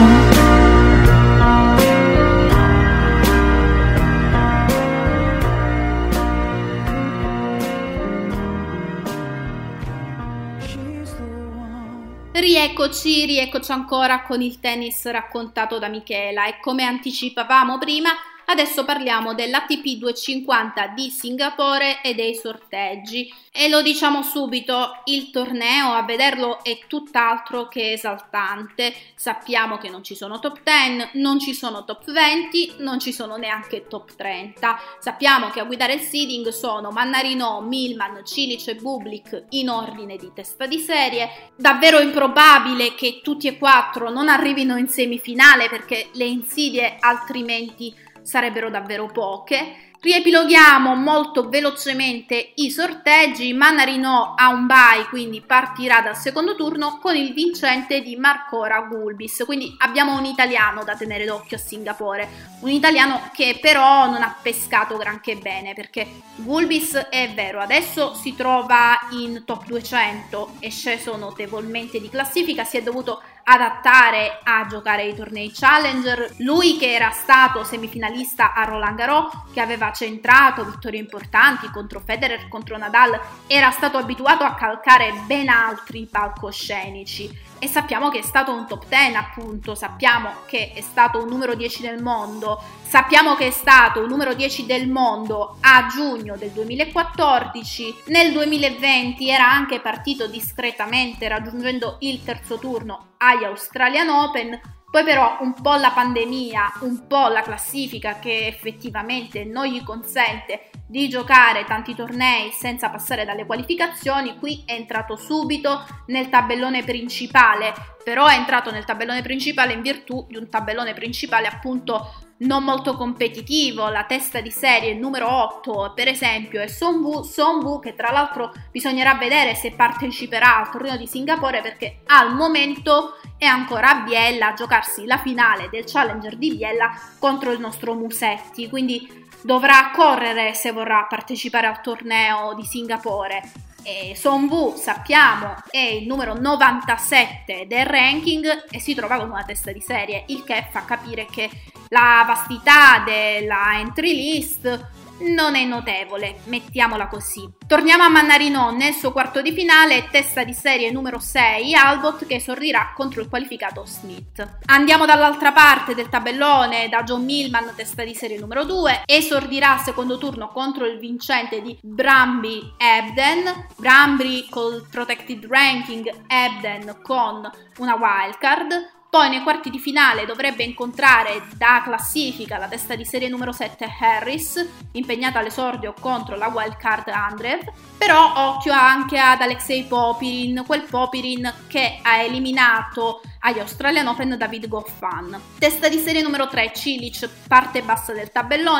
Rieccoci, rieccoci ancora con il tennis raccontato da Michela e come anticipavamo prima, adesso parliamo dell'A T P duecentocinquanta di Singapore e dei sorteggi. E lo diciamo subito, il torneo a vederlo è tutt'altro che esaltante. Sappiamo che non ci sono top dieci, non ci sono top venti, non ci sono neanche top trenta. Sappiamo che a guidare il seeding sono Mannarino, Millman, Cilic e Bublik in ordine di testa di serie. Davvero improbabile che tutti e quattro non arrivino in semifinale perché le insidie altrimenti sarebbero davvero poche. Riepiloghiamo molto velocemente i sorteggi. Mannarino ha un bye, quindi partirà dal secondo turno con il vincente di Marcora Gulbis, quindi abbiamo un italiano da tenere d'occhio a Singapore, un italiano che però non ha pescato granché bene, perché Gulbis è vero, adesso si trova in top duecento, è sceso notevolmente di classifica, si è dovuto adattare a giocare ai tornei Challenger, lui che era stato semifinalista a Roland Garros, che aveva centrato vittorie importanti contro Federer, contro Nadal, era stato abituato a calcare ben altri palcoscenici e sappiamo che è stato un top dieci appunto, sappiamo che è stato un numero dieci del mondo, sappiamo che è stato un numero dieci del mondo a giugno del duemilaquattordici, nel duemilaventi era anche partito discretamente raggiungendo il terzo turno agli Australian Open, poi però un po' la pandemia, un po' la classifica che effettivamente non gli consente di giocare tanti tornei senza passare dalle qualificazioni, qui è entrato subito nel tabellone principale, però è entrato nel tabellone principale in virtù di un tabellone principale appunto non molto competitivo. La testa di serie numero otto per esempio è Son Woo, Son Woo che tra l'altro bisognerà vedere se parteciperà al torneo di Singapore, perché al momento è ancora a Biella a giocarsi la finale del Challenger di Biella contro il nostro Musetti, quindi dovrà correre se vorrà partecipare al torneo di Singapore. E Son Woo, sappiamo, è il numero novantasette del ranking e si trova con una testa di serie, il che fa capire che la vastità della entry list non è notevole, mettiamola così. Torniamo a Mannarino nel suo quarto di finale, testa di serie numero sei, Albot, che esordirà contro il qualificato Smith. Andiamo dall'altra parte del tabellone, da John Millman, testa di serie numero due, esordirà al secondo turno contro il vincente di Brambry Ebden, Brambry col protected ranking, Ebden con una wildcard. Poi nei quarti di finale dovrebbe incontrare da classifica la testa di serie numero sette Harris, impegnata all'esordio contro la wildcard Andreev, però occhio anche ad Alexei Popirin, quel Popirin che ha eliminato agli Australian Open David Goffin. Testa di serie numero tre Cilic, parte bassa del tabellone,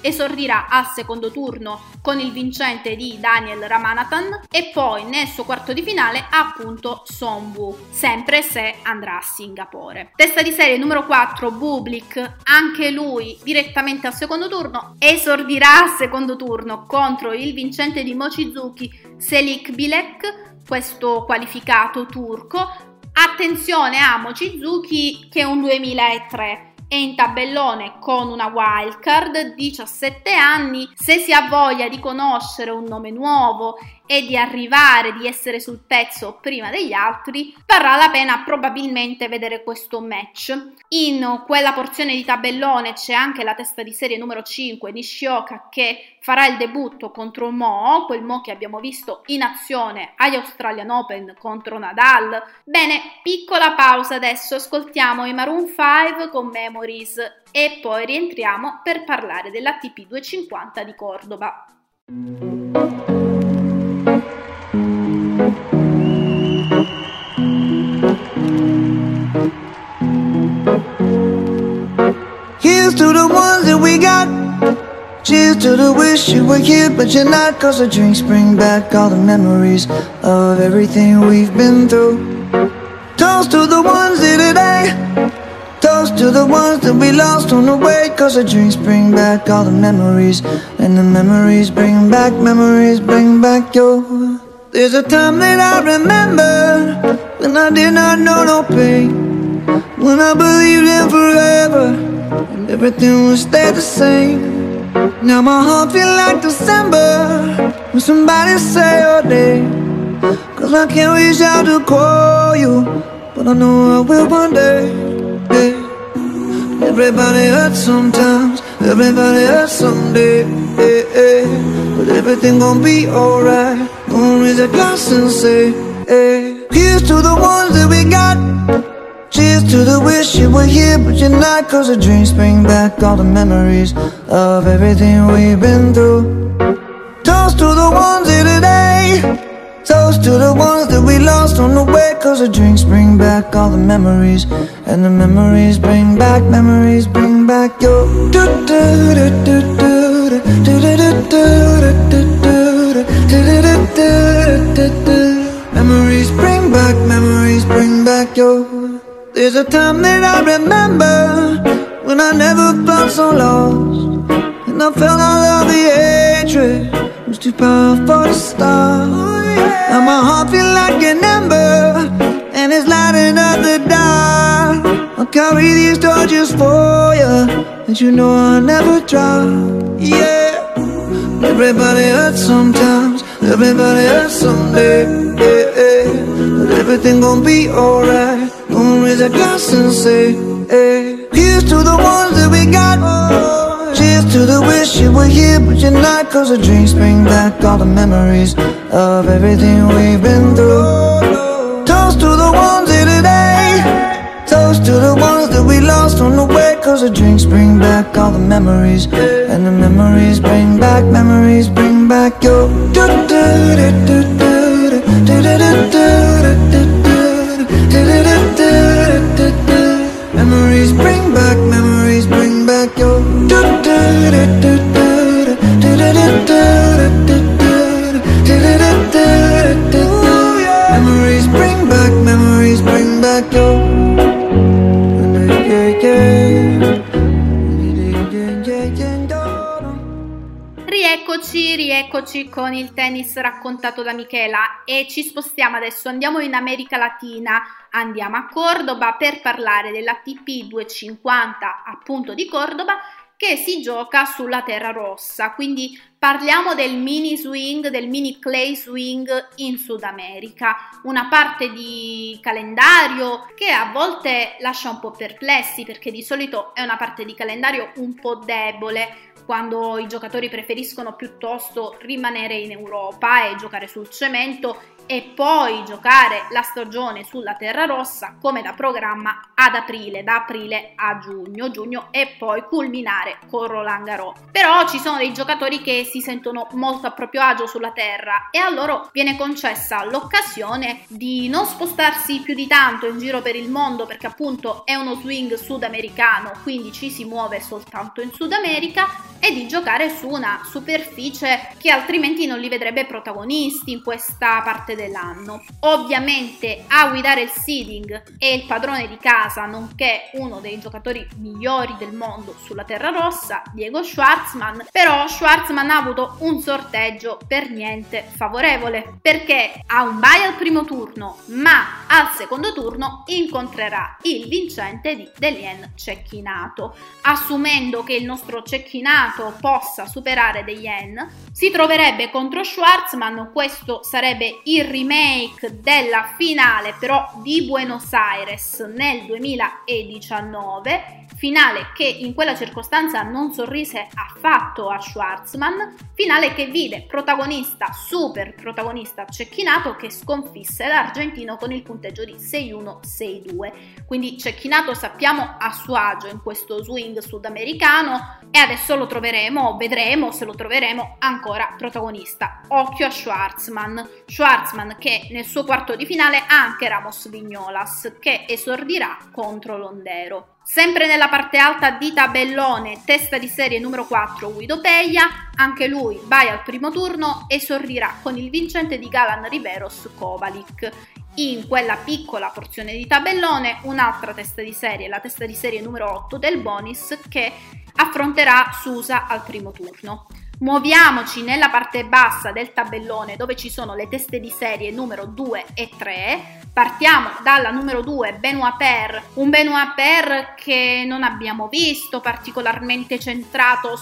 esordirà al secondo turno con il vincente di Daniel Ramanathan e poi nel suo quarto di finale appunto Son Woo, sempre se andrà a Singapore. Testa di serie numero quattro Bublik, anche lui direttamente al secondo turno, esordirà al secondo turno contro il vincente di Mochizuki Selik Bilek, questo qualificato turco. Attenzione a Mochizuki che è un duemilatré, è in tabellone con una wildcard, diciassette anni, se si ha voglia di conoscere un nome nuovo e di arrivare, di essere sul pezzo prima degli altri, varrà la pena probabilmente vedere questo match. In quella porzione di tabellone c'è anche la testa di serie numero cinque Nishioka che farà il debutto contro Mo, quel Mo che abbiamo visto in azione agli Australian Open contro Nadal. Bene, piccola pausa adesso, ascoltiamo i Maroon cinque con Memories e poi rientriamo per parlare dell'A T P duecentocinquanta di Cordoba. Here's to the ones that we got. Cheers to the wish you were here but you're not, 'cause the drinks bring back all the memories of everything we've been through. Toast to the ones here today. Toast to the ones that we lost on the way, 'cause the drinks bring back all the memories, and the memories bring back, memories bring back your. There's a time that I remember when I did not know no pain, when I believed in forever and everything would stay the same. Now my heart feel like December when somebody say your name, 'cause I can't reach out to call you, but I know I will one day. Yeah. Everybody hurts sometimes, everybody hurts someday. Yeah, yeah. But everything gon' be alright. Gonna raise a glass and say, hey. Here's to the ones that we got. Cheers to the wish you were here but you're not, 'cause the drinks bring back all the memories of everything we've been through. Toast to the ones here today. Toast to the ones that we lost on the way, 'cause the drinks bring back all the memories, and the memories bring back, memories bring back your. Memories bring back, memories bring back your. There's a time that I remember when I never felt so lost, and I felt all of the hatred was too powerful to stop. Now my heart feel like an ember, and it's lighting up the dark. I'll carry these torches for you, and you know I'll never drop. Yeah. Everybody hurts sometimes, everybody hurts someday. Yeah, yeah. But everything gon' be alright. Gonna raise a glass and say, hey. Here's to the ones that we got. Cheers to the wish you were here but you're not, 'cause the drinks bring back all the memories of everything we've been through. Toast to the ones here today. Toast to the ones that we lost on the way, 'cause the drinks bring back all the memories, and the memories bring back, memories bring back your. Memories bring back, memories bring back your. Memories bring back, memories bring back your. Rieccoci, rieccoci con il tennis raccontato da Michela e ci spostiamo adesso, andiamo in America Latina, andiamo a Cordoba per parlare dell'A T P duecentocinquanta appunto di Cordoba che si gioca sulla terra rossa, quindi parliamo del mini swing, del mini clay swing in Sud America, una parte di calendario che a volte lascia un po' perplessi perché di solito è una parte di calendario un po' debole, quando i giocatori preferiscono piuttosto rimanere in Europa e giocare sul cemento e poi giocare la stagione sulla terra rossa come da programma ad aprile, da aprile a giugno, giugno e poi culminare con Roland Garros. Però ci sono dei giocatori che si sentono molto a proprio agio sulla terra e a loro viene concessa l'occasione di non spostarsi più di tanto in giro per il mondo, perché appunto è uno swing sudamericano, quindi ci si muove soltanto in Sud America, e di giocare su una superficie che altrimenti non li vedrebbe protagonisti in questa parte dell'anno. Ovviamente a guidare il seeding è il padrone di casa, nonché uno dei giocatori migliori del mondo sulla terra rossa, Diego Schwartzman. Però Schwartzman ha avuto un sorteggio per niente favorevole, perché ha un bye al primo turno, ma al secondo turno incontrerà il vincente di Dellien Cecchinato. Assumendo che il nostro Cecchinato possa superare De Yen, si troverebbe contro Schwartzman. Questo sarebbe il remake della finale però di Buenos Aires nel duemiladiciannove, finale che in quella circostanza non sorrise affatto a Schwartzman, finale che vide protagonista, super protagonista Cecchinato, che sconfisse l'argentino con il punteggio di sei uno sei due. Quindi Cecchinato, sappiamo, a suo agio in questo swing sudamericano, e adesso lo troveremo, vedremo se lo troveremo ancora protagonista. Occhio a Schwartzman, Schwartzman che nel suo quarto di finale ha anche Ramos Vignolas, che esordirà contro Londero. Sempre nella parte alta di tabellone, testa di serie numero quattro Guido Peglia, anche lui vai al primo turno, esordirà con il vincente di Galan Riveros Kovalik. In quella piccola porzione di tabellone un'altra testa di serie, la testa di serie numero otto del Bonis, che affronterà Sousa al primo turno. Muoviamoci nella parte bassa del tabellone, dove ci sono le teste di serie numero due e tre. Partiamo dalla numero due, Benoit Paire, un Benoit Paire che non abbiamo visto particolarmente centrato,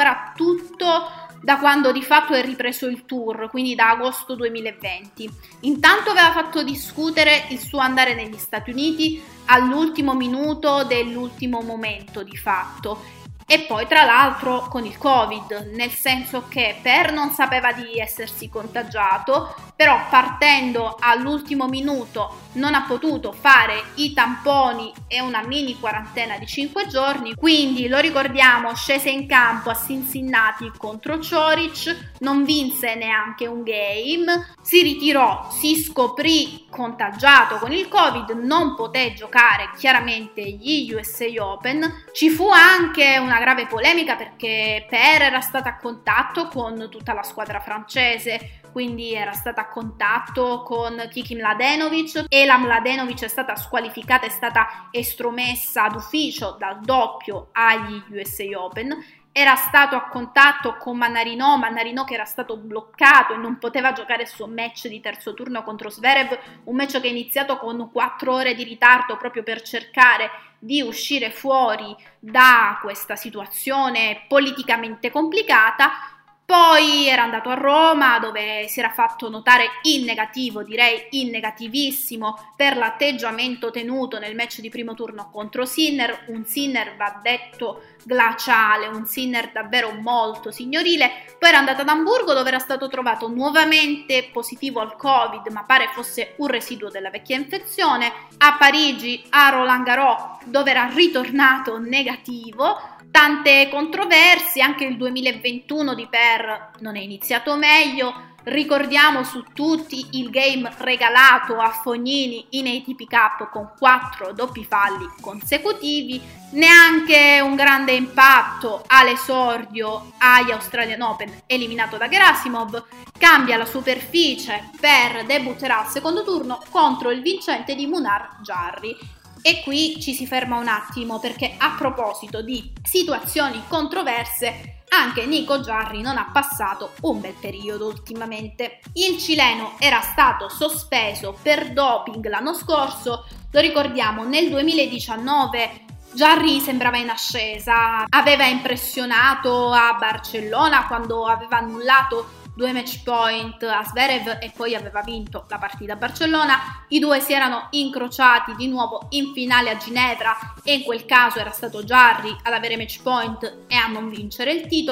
soprattutto da quando di fatto è ripreso il tour, quindi da agosto duemilaventi. Intanto aveva fatto discutere il suo andare negli Stati Uniti all'ultimo minuto dell'ultimo momento di fatto. E poi tra l'altro con il Covid, nel senso che Per non sapeva di essersi contagiato, però partendo all'ultimo minuto non ha potuto fare i tamponi e una mini quarantena di cinque giorni, quindi lo ricordiamo, scese in campo a Cincinnati contro Coric, non vinse neanche un game, si ritirò, si scoprì contagiato con il Covid, non poté giocare chiaramente gli U S A Open. Ci fu anche una grave polemica perché Per era stata a contatto con tutta la squadra francese, quindi era stata a contatto con Kiki Mladenovic, e la Mladenovic è stata squalificata, è stata estromessa d'ufficio dal doppio agli U S A Open. Era stato a contatto con Mannarino, Mannarino che era stato bloccato e non poteva giocare il suo match di terzo turno contro Zverev, un match che è iniziato con quattro ore di ritardo proprio per cercare di uscire fuori da questa situazione politicamente complicata. Poi era andato a Roma, dove si era fatto notare in negativo, direi in negativissimo, per l'atteggiamento tenuto nel match di primo turno contro Sinner, un Sinner, va detto, glaciale, un Sinner davvero molto signorile. Poi era andato ad Amburgo, dove era stato trovato nuovamente positivo al Covid, ma pare fosse un residuo della vecchia infezione. A Parigi, a Roland Garros, dove era ritornato negativo. Tante controversie, anche il duemilaventuno di Per non è iniziato meglio. Ricordiamo su tutti il game regalato a Fognini in A T P Cup con quattro doppi falli consecutivi, neanche un grande impatto all'esordio agli Australian Open eliminato da Gerasimov. Cambia la superficie, Per debutterà al secondo turno contro il vincente di Munar Jarry. E qui ci si ferma un attimo, perché a proposito di situazioni controverse, anche Nico Jarry non ha passato un bel periodo ultimamente. Il cileno era stato sospeso per doping l'anno scorso, lo ricordiamo, nel duemiladiciannove Jarry sembrava in ascesa, aveva impressionato a Barcellona quando aveva annullato due match point a Zverev e poi aveva vinto la partita a Barcellona. I due si erano incrociati di nuovo in finale a Ginevra e in quel caso era stato Jarry ad avere match point e a non vincere il titolo.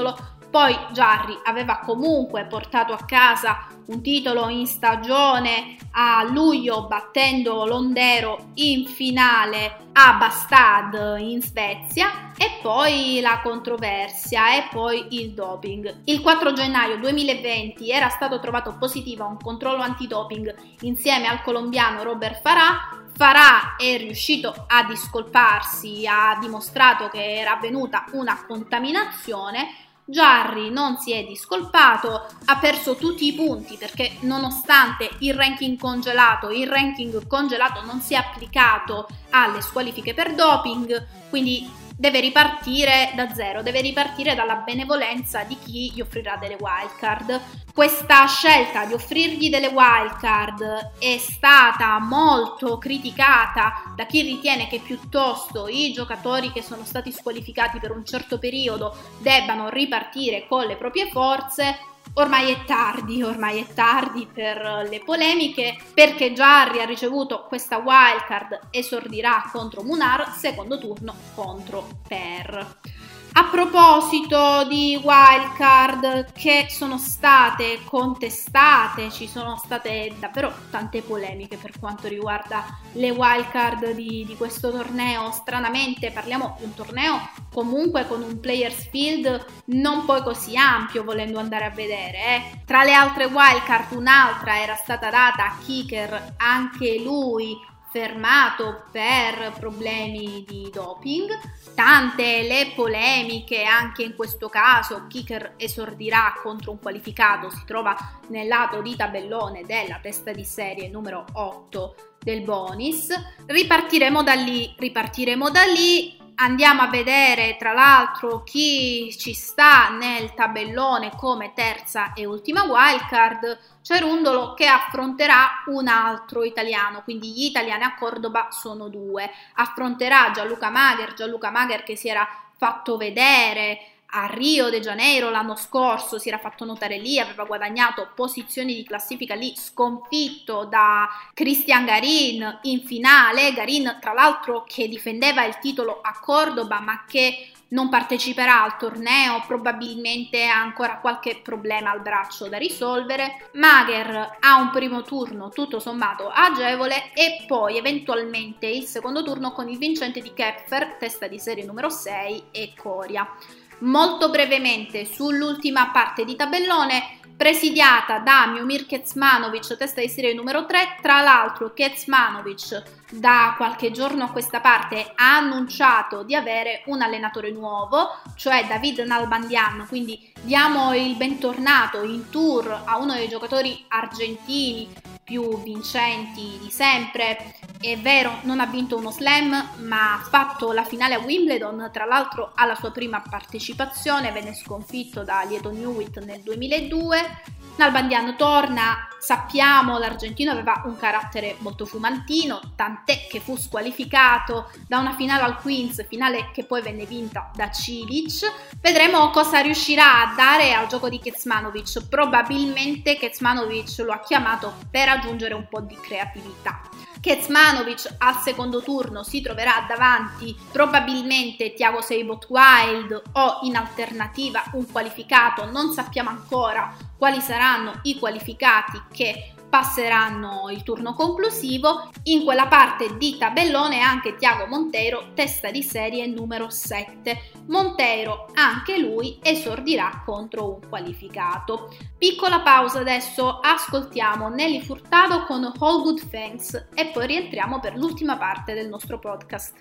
Poi Jarry aveva comunque portato a casa un titolo in stagione a luglio battendo Londero in finale a Bastad in Svezia, e poi la controversia e poi il doping. Il quattro gennaio duemilaventi era stato trovato positivo a un controllo antidoping insieme al colombiano Robert Farah. Farah è riuscito a discolparsi, ha dimostrato che era avvenuta una contaminazione. Jarry non si è discolpato, ha perso tutti i punti perché nonostante il ranking congelato, il ranking congelato non si è applicato alle squalifiche per doping, quindi deve ripartire da zero, deve ripartire dalla benevolenza di chi gli offrirà delle wildcard. Questa scelta di offrirgli delle wildcard è stata molto criticata da chi ritiene che piuttosto i giocatori che sono stati squalificati per un certo periodo debbano ripartire con le proprie forze. Ormai è tardi, ormai è tardi per le polemiche, perché Jarry ha ricevuto questa wildcard, esordirà contro Munar, secondo turno contro Per. A proposito di wildcard che sono state contestate, ci sono state davvero tante polemiche per quanto riguarda le wildcard di, di questo torneo. Stranamente parliamo di un torneo comunque con un players field non poi così ampio, volendo andare a vedere. Eh. Tra le altre wildcard un'altra era stata data a Kicker, anche lui fermato per problemi di doping. Tante le polemiche, anche in questo caso Kicker esordirà contro un qualificato, si trova nel lato di tabellone della testa di serie numero otto del Bonis. Ripartiremo da lì, ripartiremo da lì. Andiamo a vedere tra l'altro chi ci sta nel tabellone come terza e ultima wildcard. Cerundolo che affronterà un altro italiano, quindi gli italiani a Cordoba sono due. Affronterà Gianluca Mager, Gianluca Mager che si era fatto vedere a Rio de Janeiro l'anno scorso, si era fatto notare lì, aveva guadagnato posizioni di classifica lì, sconfitto da Cristian Garin in finale. Garin tra l'altro che difendeva il titolo a Cordoba ma che non parteciperà al torneo, probabilmente ha ancora qualche problema al braccio da risolvere. Mager ha un primo turno tutto sommato agevole e poi eventualmente il secondo turno con il vincente di Kepfer, testa di serie numero sei, e Coria. Molto brevemente sull'ultima parte di tabellone, presidiata da Miomir Kecmanovic, testa di serie numero tre. Tra l'altro Kecmanovic da qualche giorno a questa parte ha annunciato di avere un allenatore nuovo, cioè David Nalbandian, quindi diamo il bentornato in tour a uno dei giocatori argentini più vincenti di sempre. È vero, non ha vinto uno slam, ma ha fatto la finale a Wimbledon, tra l'altro alla sua prima partecipazione, venne sconfitto da Lleyton Hewitt nel duemiladue. Nalbandian torna, sappiamo l'argentino aveva un carattere molto fumantino, tant'è che fu squalificato da una finale al Queens, finale che poi venne vinta da Cilic. Vedremo cosa riuscirà a dare al gioco di Kecmanovic, probabilmente Kecmanovic lo ha chiamato per aggiungere un po' di creatività. Kecmanovic al secondo turno si troverà davanti probabilmente Thiago Seyboth Wild o in alternativa un qualificato, non sappiamo ancora quali saranno i qualificati che passeranno il turno conclusivo. In quella parte di tabellone anche Thiago Monteiro, testa di serie numero sette. Monteiro anche lui esordirà contro un qualificato. Piccola pausa adesso, ascoltiamo Nelly Furtado con All Good Things e poi rientriamo per l'ultima parte del nostro podcast.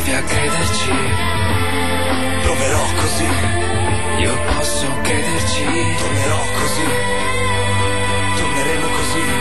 provi a crederci, proverò così. Io posso crederci, tornerò così, torneremo così.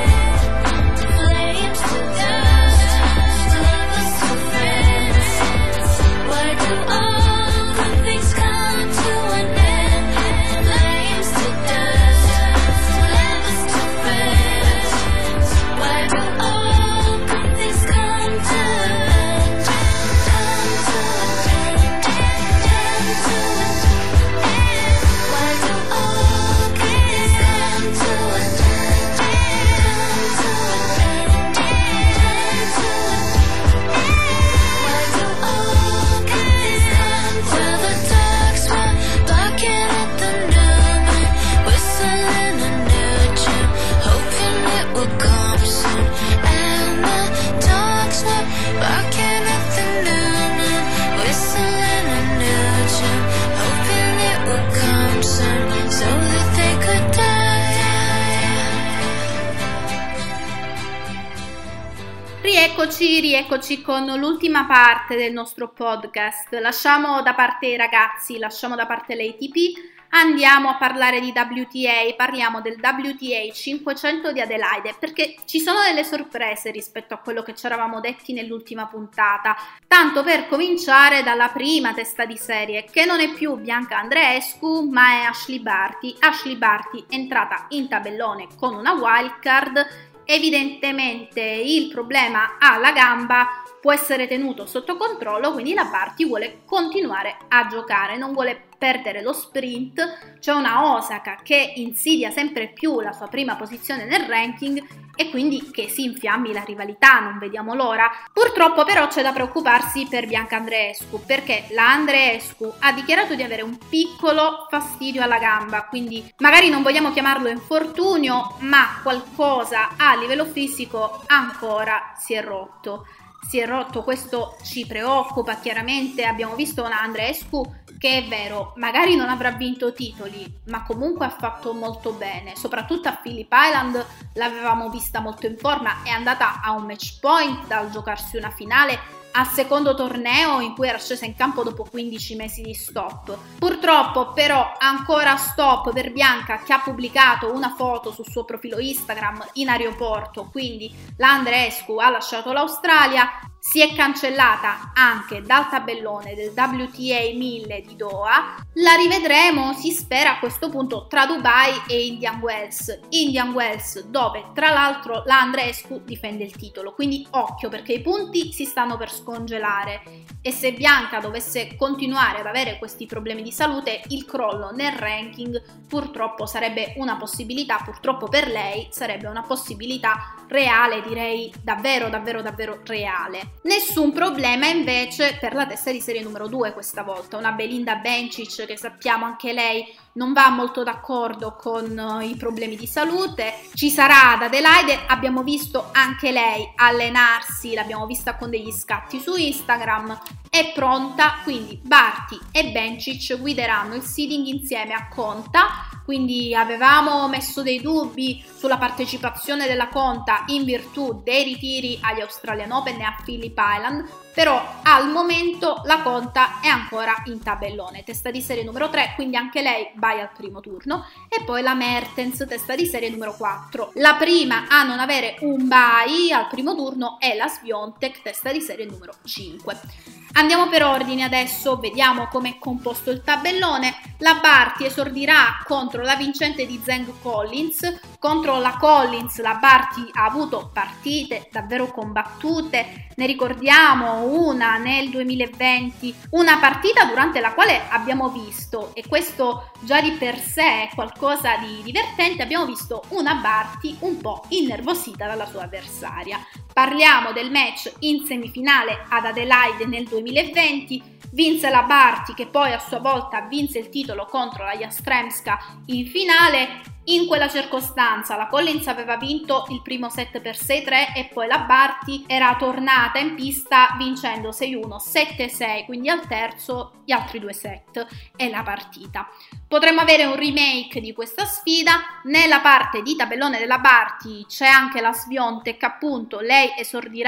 Rieccoci, rieccoci con l'ultima parte del nostro podcast. Lasciamo da parte i ragazzi, lasciamo da parte l'A T P, andiamo a parlare di W T A, parliamo del W T A cinquecento di Adelaide, perché ci sono delle sorprese rispetto a quello che ci eravamo detti nell'ultima puntata, tanto per cominciare dalla prima testa di serie, che non è più Bianca Andreescu, ma è Ashleigh Barty. Ashleigh Barty è entrata in tabellone con una wildcard. Evidentemente il problema alla gamba può essere tenuto sotto controllo, quindi la Barty vuole continuare a giocare, non vuole perdere lo sprint. C'è una Osaka che insidia sempre più la sua prima posizione nel ranking e quindi che si infiammi la rivalità, non vediamo l'ora. Purtroppo però c'è da preoccuparsi per Bianca Andreescu, perché la Andreescu ha dichiarato di avere un piccolo fastidio alla gamba, quindi magari non vogliamo chiamarlo infortunio, ma qualcosa a livello fisico ancora si è rotto. Si è rotto, questo ci preoccupa chiaramente. Abbiamo visto una Andreescu che è vero, magari non avrà vinto titoli, ma comunque ha fatto molto bene, soprattutto a Phillip Island l'avevamo vista molto in forma, è andata a un match point dal giocarsi una finale al secondo torneo in cui era scesa in campo dopo quindici mesi di stop. Purtroppo però ancora stop per Bianca, che ha pubblicato una foto sul suo profilo Instagram in aeroporto, quindi la Andreescu ha lasciato l'Australia, si è cancellata anche dal tabellone del W T A mille di Doha. La rivedremo, si spera, a questo punto tra Dubai e Indian Wells. Indian Wells dove tra l'altro la Andreescu difende il titolo, quindi occhio perché i punti si stanno per scongelare e se Bianca dovesse continuare ad avere questi problemi di salute, il crollo nel ranking purtroppo sarebbe una possibilità, purtroppo per lei sarebbe una possibilità reale, direi davvero davvero davvero reale. Nessun problema invece per la testa di serie numero due questa volta, una Belinda Bencic che sappiamo anche lei non va molto d'accordo con uh, i problemi di salute. Ci sarà ad Adelaide, abbiamo visto anche lei allenarsi, l'abbiamo vista con degli scatti su Instagram, è pronta, quindi Barty e Bencic guideranno il seeding insieme a Konta, quindi avevamo messo dei dubbi sulla partecipazione della Konta in virtù dei ritiri agli Australian Open e a Phillip Island, però al momento la Konta è ancora in tabellone, testa di serie numero tre, quindi anche lei vai al primo turno, e poi la Mertens, testa di serie numero quattro. La prima a non avere un bye al primo turno è la Swiatek, testa di serie numero cinque. Andiamo per ordine adesso, vediamo come è composto il tabellone. La Barty esordirà contro la vincente di Zheng Collins. Contro la Collins la Barty ha avuto partite davvero combattute, ne ricordiamo una nel duemilaventi, una partita durante la quale abbiamo visto, e questo già di per sé è qualcosa di divertente, abbiamo visto una Barty un po' innervosita dalla sua avversaria. Parliamo del match in semifinale ad Adelaide nel duemilaventi, vinse la Barty che poi a sua volta vinse il titolo contro la Yastremska in finale. In quella circostanza la Collins aveva vinto il primo set per sei tre e poi la Barty era tornata in pista vincendo sei uno, sette sei, quindi al terzo gli altri due set e la partita. Potremmo avere un remake di questa sfida. Nella parte di tabellone della Barty c'è anche la Swiatek, appunto lei esordirà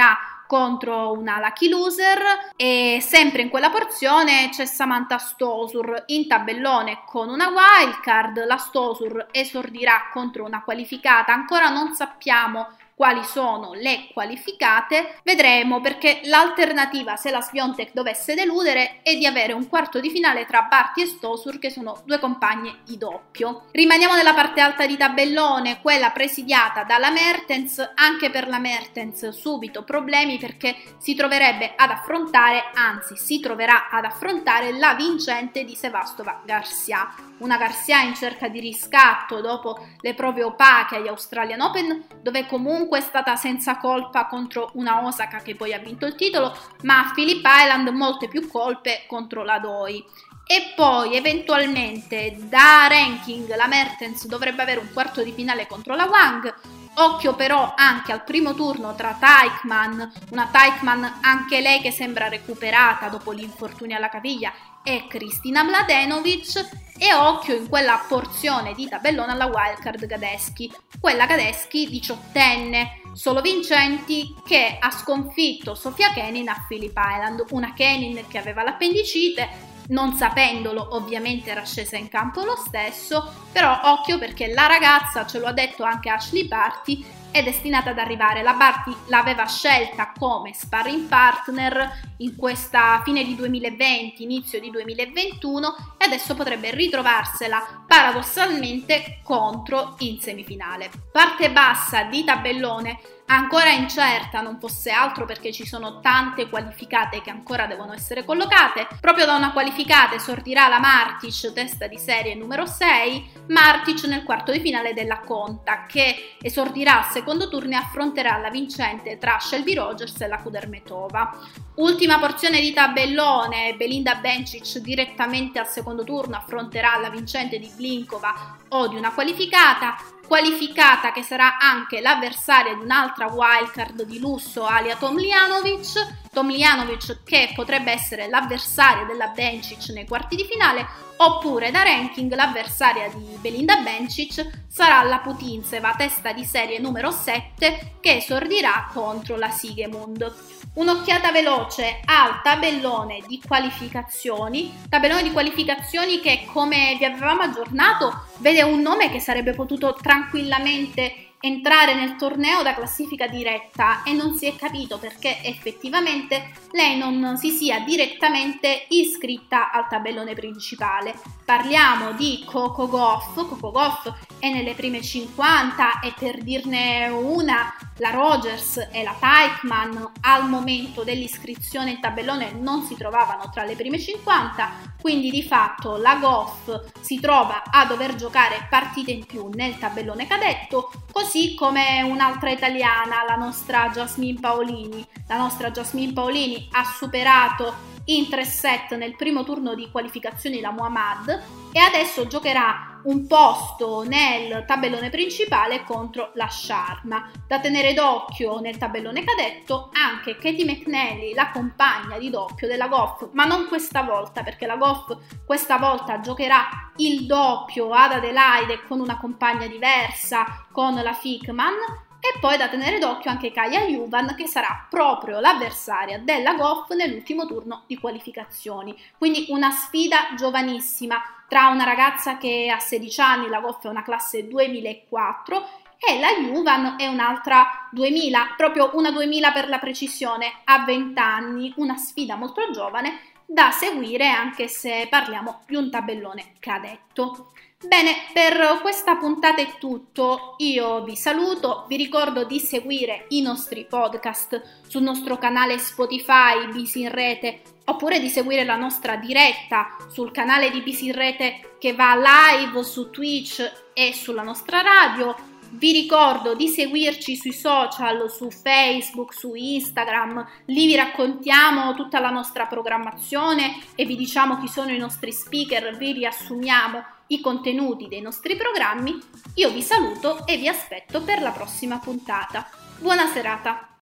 contro una lucky loser, e sempre in quella porzione c'è Samantha Stosur in tabellone con una wildcard. La Stosur esordirà contro una qualificata, ancora non sappiamo quali sono le qualificate, vedremo, perché l'alternativa, se la Swiatek dovesse deludere, è di avere un quarto di finale tra Barty e Stosur, che sono due compagne di doppio. Rimaniamo nella parte alta di tabellone, quella presidiata dalla Mertens. Anche per la Mertens subito problemi, perché si troverebbe ad affrontare, anzi si troverà ad affrontare la vincente di Sevastova Garcia, una Garcia in cerca di riscatto dopo le prove opache agli Australian Open, dove comunque è stata senza colpa contro una Osaka che poi ha vinto il titolo, ma a Phillip Island molte più colpe contro la Doi. E poi eventualmente da ranking la Mertens dovrebbe avere un quarto di finale contro la Wang. Occhio però anche al primo turno tra Teichmann, una Teichmann anche lei che sembra recuperata dopo l'infortunio alla caviglia, e Kristina Mladenovic, e occhio in quella porzione di tabellone alla wildcard Gadeschi, quella Gadeschi diciottenne, solo vincenti, che ha sconfitto Sofia Kenin a Phillip Island, una Kenin che aveva l'appendicite. Non sapendolo, ovviamente era scesa in campo lo stesso, però occhio perché la ragazza, ce lo ha detto anche Ashley Barty, è destinata ad arrivare. La Barty l'aveva scelta come sparring partner in questa fine di duemilaventi, inizio di duemilaventuno, e adesso potrebbe ritrovarsela paradossalmente contro in semifinale. Parte bassa di tabellone ancora incerta, non fosse altro perché ci sono tante qualificate che ancora devono essere collocate. Proprio da una qualificata esordirà la Martic, testa di serie numero sei, Martic nel quarto di finale della Conta, che esordirà al secondo turno e affronterà la vincente tra Shelby Rogers e la Kudermetova. Ultima porzione di tabellone, Belinda Bencic direttamente al secondo turno affronterà la vincente di Blinkova o di una qualificata, qualificata che sarà anche l'avversaria di un'altra wildcard di lusso, Alia Tomljanovic, Tomljanovic che potrebbe essere l'avversaria della Bencic nei quarti di finale, oppure da ranking l'avversaria di Belinda Bencic sarà la Putintseva, testa di serie numero sette, che esordirà contro la Siegemund. Un'occhiata veloce al tabellone di qualificazioni, tabellone di qualificazioni che, come vi avevamo aggiornato, vede un nome che sarebbe potuto tranquillamente entrare nel torneo da classifica diretta, e non si è capito perché effettivamente lei non si sia direttamente iscritta al tabellone principale. Parliamo di Coco Gauff. Coco Gauff è nelle prime cinquanta, e per dirne una, la Rogers e la Teichmann al momento dell'iscrizione in tabellone non si trovavano tra le prime cinquanta, quindi di fatto la Gauff si trova a dover giocare partite in più nel tabellone cadetto, così come un'altra italiana, la nostra Jasmine Paolini. La nostra Jasmine Paolini ha superato in tre set nel primo turno di qualificazioni la Muhammad, e adesso giocherà un posto nel tabellone principale contro la Sharma. Da tenere d'occhio nel tabellone cadetto anche Katie McNally, la compagna di doppio della Gauff, ma non questa volta, perché la Gauff questa volta giocherà il doppio ad Adelaide con una compagna diversa, con la Fickman. E poi da tenere d'occhio anche Kaja Juvan, che sarà proprio l'avversaria della Gauff nell'ultimo turno di qualificazioni. Quindi una sfida giovanissima tra una ragazza che ha sedici anni, la Gauff è una classe duemilaquattro, e la Juvan è un'altra duemila, proprio una duemila per la precisione, a venti anni, una sfida molto giovane da seguire, anche se parliamo di un tabellone cadetto. Bene, per questa puntata è tutto, io vi saluto, vi ricordo di seguire i nostri podcast sul nostro canale Spotify Bisi in Rete, oppure di seguire la nostra diretta sul canale di Bisi in Rete che va live su Twitch e sulla nostra radio. Vi ricordo di seguirci sui social, su Facebook, su Instagram, lì vi raccontiamo tutta la nostra programmazione e vi diciamo chi sono i nostri speaker, vi riassumiamo i contenuti dei nostri programmi. Io vi saluto e vi aspetto per la prossima puntata. Buona serata!